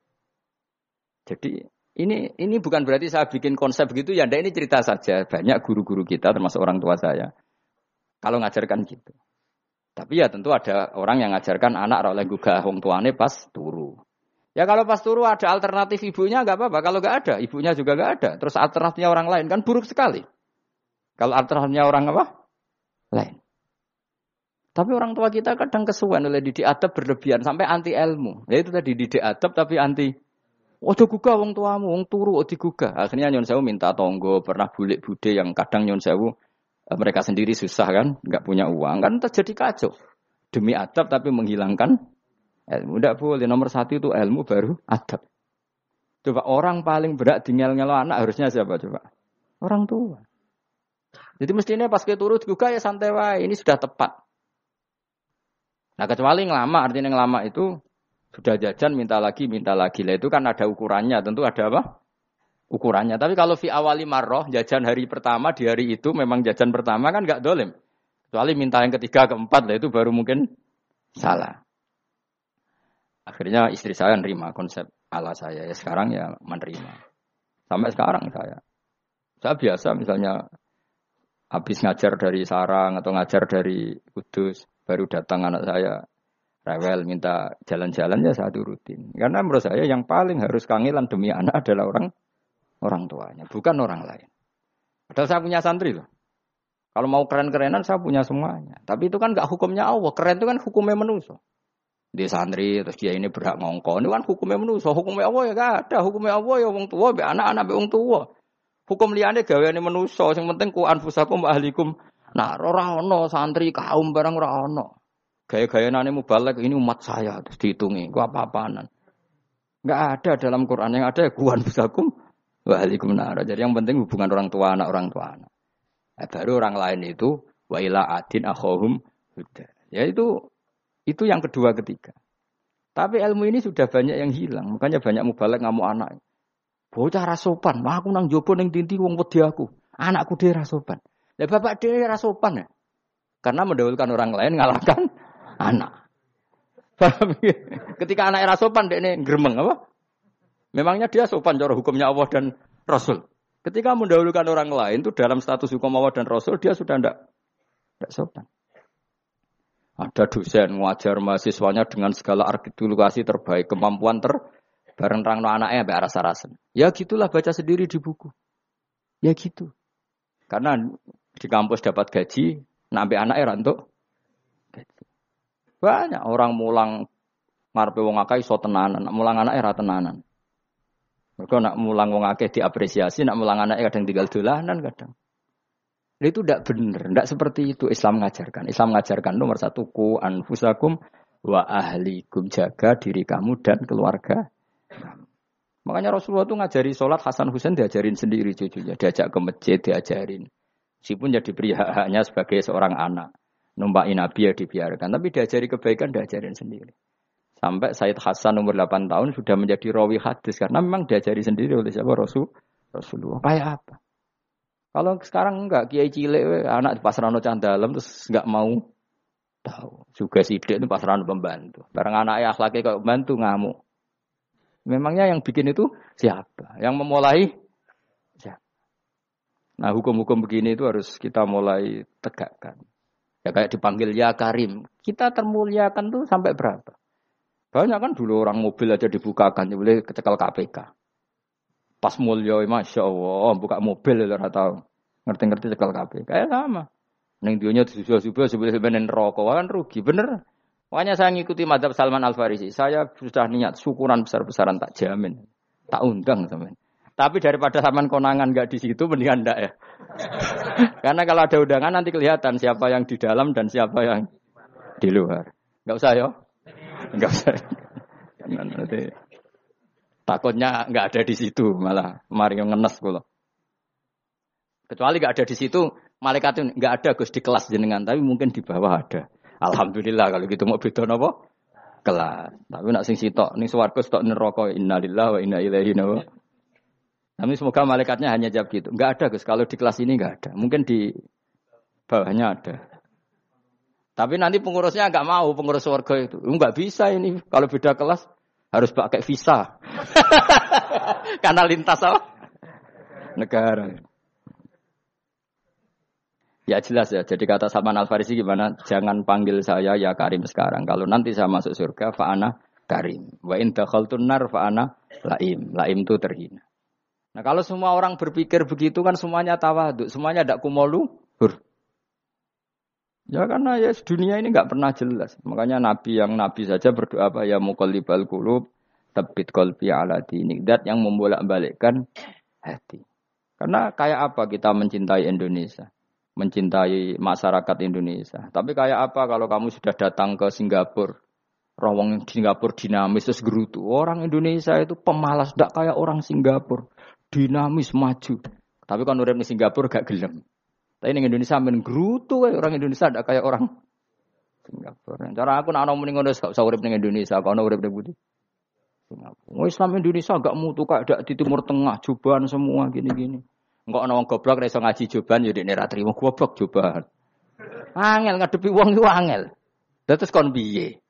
Jadi ini bukan berarti saya bikin konsep begitu ya, ini cerita saja. Banyak guru-guru kita termasuk orang tua saya kalau ngajarkan gitu. Tapi ya tentu ada orang yang ngajarkan anak oleh gugah wong tuane pas turu. Ya kalau pas turu ada alternatif ibunya enggak apa-apa. Kalau enggak ada, ibunya juga enggak ada. Terus alternatifnya orang lain kan buruk sekali. Kalau alternatifnya orang apa? Lain. Tapi orang tua kita kadang kesuwen oleh didik adab berlebihan sampai anti ilmu. Ya itu tadi didik adab tapi anti. Ojo gugah wong tuamu, wong turu ojo digugah. Akhirnya nyon sewu minta tonggo, pernah bulik bude yang kadang nyon sewu mereka sendiri susah kan, enggak punya uang kan terjadi kacau. Demi adab tapi menghilangkan ilmu. Tidak boleh, nomor satu itu ilmu baru adab. Coba orang paling berat tinggal ngelo anak harusnya siapa coba? Orang tua. Jadi mestinya pas ke turu juga ya santai wae, ini sudah tepat. Nah kecuali ngelama, artinya ngelama itu sudah jajan minta lagi. Lah itu kan ada ukurannya, tentu ada apa? Ukurannya. Tapi kalau fi awali marroh, jajan hari pertama di hari itu memang jajan pertama kan nggak dolim. Kecuali minta yang ketiga, keempat, lah itu baru mungkin salah. Akhirnya istri saya nerima konsep ala saya. Ya sekarang ya menerima. Sampai sekarang saya biasa misalnya habis ngajar dari Sarang atau ngajar dari Kudus, baru datang anak saya rewel minta jalan-jalan ya saya turutin. Karena menurut saya yang paling harus kangelan demi anak adalah orang tuanya, bukan orang lain. Padahal saya punya santri loh. Kalau mau keren-kerenan saya punya semuanya. Tapi itu kan enggak hukumnya Allah. Keren itu kan hukumnya manusia. Di santri terus dia ini berhak ngongkon. Itu kan hukumnya manusia. Hukumnya Allah ya enggak ada. Hukumnya Allah ya wong tua, be anak-anak be wong tua. Hukum liyane gaweane manusia. Sing penting ku anfusakum ahlikum. Nah, ora ono santri kaum barang ora ono. Gaya-gayanane mubalek ini umat saya terus dihitungi. Ku apa-apaanan. Enggak ada dalam Quran yang ada ku anfusakum ahlikum nar. Jadi yang penting hubungan orang tua anak. Baru orang lain itu wa ila adin akhahum huda. Ya itu yang kedua ketiga. Tapi ilmu ini sudah banyak yang hilang. Makanya banyak mubalek ngamuk anak. Bocah ra sopan, aku nang jopo ning tinti wong wedi aku. Anakku dhewe ra sopan. Lah bapak dhewe ra sopan ya. Karena mendahulukan orang lain ngalahkan anak. Ketika anak ra sopan dekne gremeng apa? Memangnya dia sopan cara hukumnya Allah dan Rasul. Ketika mendahulukan orang lain itu dalam status hukum Allah dan Rasul dia sudah tidak sopan. Ada dosen ngajar mahasiswanya dengan segala artikulasi terbaik, kemampuan bareng rangno anaknya sampai rasa-rasen. Ya gitulah baca sendiri di buku. Ya gitu. Karena di kampus dapat gaji, sampai anaknya rantuk gaji. Banyak orang mulang ngarepe wong akeh iso tenanan, mulang anaknya ra tenanan. Mereka nak mulang wong akeh diapresiasi, nak mulang anaknya kadang tinggal dolanan kadang. Itu tidak benar, tidak seperti itu Islam mengajarkan. Islam mengajarkan nomor satu ku anfusakum wa ahlikum, jaga diri kamu dan keluarga. Makanya Rasulullah itu ngajari sholat Hasan Husain diajarin sendiri cucunya, diajak ke masjid diajarin. Meskipun jadi beri hak-haknya sebagai seorang anak, numpakin Nabi ya dibiarkan, tapi diajari kebaikan diajarin sendiri. Sampai Said Hasan umur 8 tahun sudah menjadi rawi hadis karena memang diajari sendiri oleh siapa Rasulullah. Kayak apa? Kalau sekarang enggak, kiai cilik anak di pasrano candalem terus enggak mau tahu. Juga sidik itu pasrano pembantu. Barang anaknya akhlaknya kayak pembantu ngamuk. Memangnya yang bikin itu siapa? Yang memulai siapa? Nah, hukum-hukum begini itu harus kita mulai tegakkan. Ya kayak dipanggil ya Karim. Kita termuliakan tuh sampai berapa? Banyak kan dulu orang mobil aja dibukakan, ya boleh kecekal KPK. Pas mulia, Masya Allah, buka mobil ya tahu. Ngerti-ngerti cekal KPK. Kayak sama. Neng dionya disusul-susul sebelum rokok kan rugi, bener. Makanya saya ngikuti mazhab Salman Al-Farisi. Saya sudah niat syukuran besar-besaran tak jamin. Tak undang teman. Tapi daripada saman konangan enggak di situ mendingan enggak ya. Karena kalau ada undangan nanti kelihatan siapa yang di dalam dan siapa yang di luar. Enggak usah ya. Enggak usah. Nanti takutnya enggak ada di situ malah mari ngenes kula. Kecuali enggak ada di situ, malaikat itu enggak ada Gus di kelas jenengan, tapi mungkin di bawah ada. Alhamdulillah kalau gitu mau beda napa? Kelas. Tapi nak sing sitok ning swarga sitok neraka innalillahi wa inna ilaihi raji'un. Tapi semoga malaikatnya hanya jawab gitu. Enggak ada Gus, kalau di kelas ini enggak ada. Mungkin di bawahnya ada. Tapi nanti pengurusnya enggak mau, pengurus surga itu. Enggak bisa ini kalau beda kelas harus pakai visa. Karena lintas apa? Negara. Ya jelas ya. Jadi kata Salman Al-Farisi gimana? Jangan panggil saya ya Karim sekarang. Kalau nanti saya masuk surga, fa'ana Karim. Wa in dakhaltun nar fa'ana Laim. Laim itu terhina. Nah kalau semua orang berpikir begitu kan semuanya tawaduk. Semuanya ada kumoluhur. Ya karena ya dunia ini enggak pernah jelas. Makanya Nabi saja berdoa apa ya muqallibal qulub tsabbit qalbi ala dinik. Dat yang membolak-balikkan hati. Karena kayak apa kita mencintai Indonesia? Mencintai masyarakat Indonesia. Tapi kayak apa kalau kamu sudah datang ke Singapura, rawang Singapura dinamis terus gerutu. Orang Indonesia itu pemalas, tidak kayak orang Singapura, dinamis maju. Tapi kan urip di Singapura gak gelem. Tapi ning Indonesia men grutu wae orang Indonesia ndak kayak orang Singapura. Cara aku nek ana muni ngono gak usah urip ning Indonesia, kok ana urip ning Budi. Singapura. Islam Indonesia gak mutu kayak dak di Timur Tengah, jubahan semua gini-gini. Engko ana wong goblok ra iso ngaji jubahan yo dekne ra trimo goblok jubahan. Angel ngadepi wong iku angel. Terus kon piye?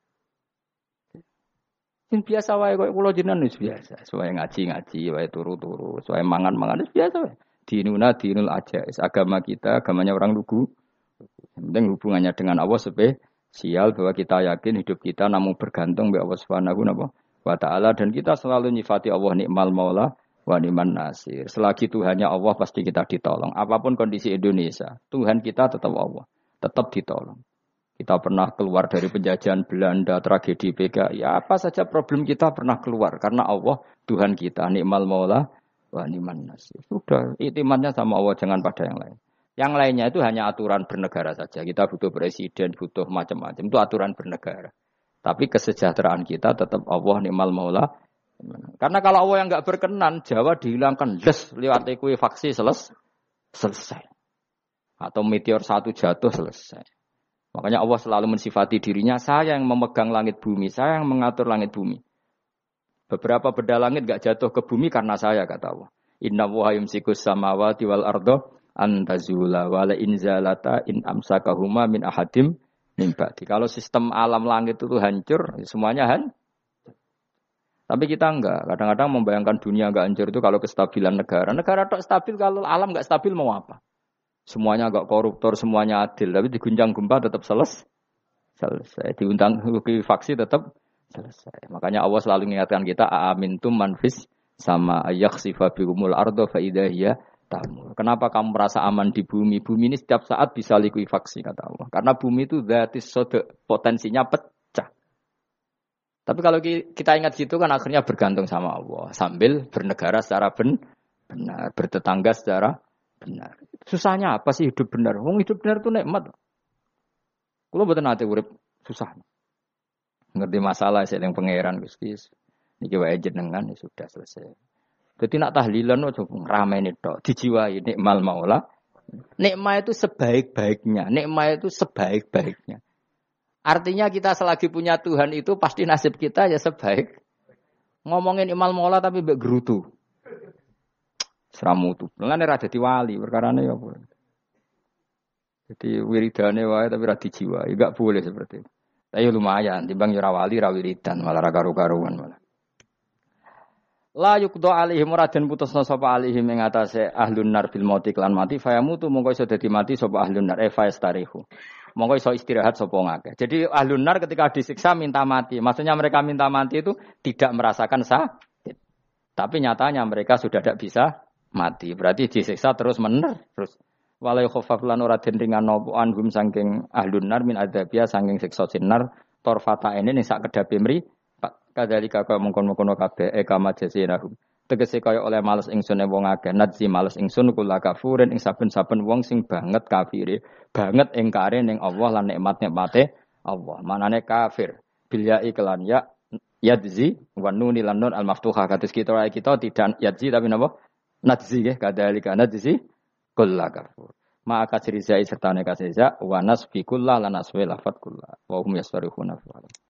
Sing biasa wae koyo kula jenengan wis biasa. Suwe ngaji-ngaji, wae turu-turu, suwe mangan-mangan wis biasa wae. Dinul ajais. Agama kita, agamanya orang lugu. Yang penting hubungannya dengan Allah spesial bahwa kita yakin hidup kita namun bergantung kepada Allah Subhanahu wa taala dan kita selalu nyifati Allah nikmal maula wa ni'man nasir. Selagi Tuhannya Allah pasti kita ditolong. Apapun kondisi Indonesia, Tuhan kita tetap Allah, tetap ditolong. Kita pernah keluar dari penjajahan Belanda, tragedi PKI, apa saja problem kita pernah keluar karena Allah Tuhan kita nikmal maula wa ni'man nasir. Sudah, iktimatnya sama Allah, jangan pada yang lain. Yang lainnya itu hanya aturan bernegara saja. Kita butuh presiden, butuh macam-macam. Itu aturan bernegara. Tapi kesejahteraan kita tetap Allah nikmal maula. Karena kalau Allah yang enggak berkenan, Jawa dihilangkan. Lewat ekuifaksi selesai. Atau meteor satu jatuh selesai. Makanya Allah selalu mensifati dirinya, saya yang memegang langit bumi, saya yang mengatur langit bumi. Beberapa benda langit enggak jatuh ke bumi karena saya, kata Allah. Inna wa yumsikus samawati wal ardo antazula wala inzalata in amsakahuma min ahadim min ba'di. Kalau sistem alam langit itu hancur, semuanya Tapi kita enggak. Kadang-kadang membayangkan dunia enggak hancur itu kalau kestabilan negara. Negara tok stabil, kalau alam enggak stabil mau apa? Semuanya enggak koruptor, semuanya adil. Tapi diguncang gempa tetap selesai. Diundang faksi tetap selesai. Makanya Allah selalu mengingatkan kita, aamintum manfis sama yakhsifa bihumul ardo fa idahiyya tamur. Kenapa kamu merasa aman di bumi? Bumi ini setiap saat bisa likuifaksi, kata Allah. Karena bumi itu dzatis sodok, potensinya pecah. Tapi kalau kita ingat situ kan akhirnya bergantung sama Allah. Sambil bernegara secara benar, bertetangga secara benar. Susahnya apa sih hidup benar? Wong hidup benar itu nikmat. Kalau betul nanti urip susah. Ngerti masalah saya yang pangeran Gusti. Niki wae jenengan ya sudah selesai. Jadi nak tahlilan itu ramai nih toh. Dijiwai nikmal maula. Nikmat itu sebaik-baiknya. Nikmat itu sebaik-baiknya. Artinya kita selagi punya Tuhan itu pasti nasib kita ya sebaik. Ngomongin nikmal maula tapi mbek gerutu. Seramutu. Mulane ra dadi wali perkarane ya apa. Jadi wiridane wae tapi ra dijiwai. Enggak boleh seperti itu. Tapi lumayan timbang ya ra wali ra wiridan malah ra karu-karuan malah. La yuqda alaihim raden putusna sapa alaihim ing atase ahlun nar bil mauti lan mati fayamutu mongko iso dadi mati sapa ahlun nar fayastarihu. Mongko iso istirahat sapa ngakeh. Jadi ahlun nar ketika disiksa minta mati. Maksudnya mereka minta mati itu tidak merasakan sakit. Tapi nyatanya mereka sudah tidak bisa mati. Berarti disiksa terus terus. Walai khafaf lan ora den ringan napa anhum saking ahlun nar min adzabia saking siksa sinar torfata ene ning sak kedape mri. Kadalika kaya mengkon-mengkono kabeh kama jasinahum. Tegese kaya oleh males ingsun wong akeh nadzi males ingsun kula kafurin ing saben-saben wong sing banget kafire, banget ingkare ning Allah lan nikmat-nikmate Allah. Manane kafir bil ya iklan ya yadzi wa nun lan nun al maftuhah kados kita tidak yadzi tapi napa nadzi nggih kadalika nadzi kula kafur. Maka ciri zai serta ne kasih za wa nasfi kullah lan aswi lafat kullah wa hum yasfarihuna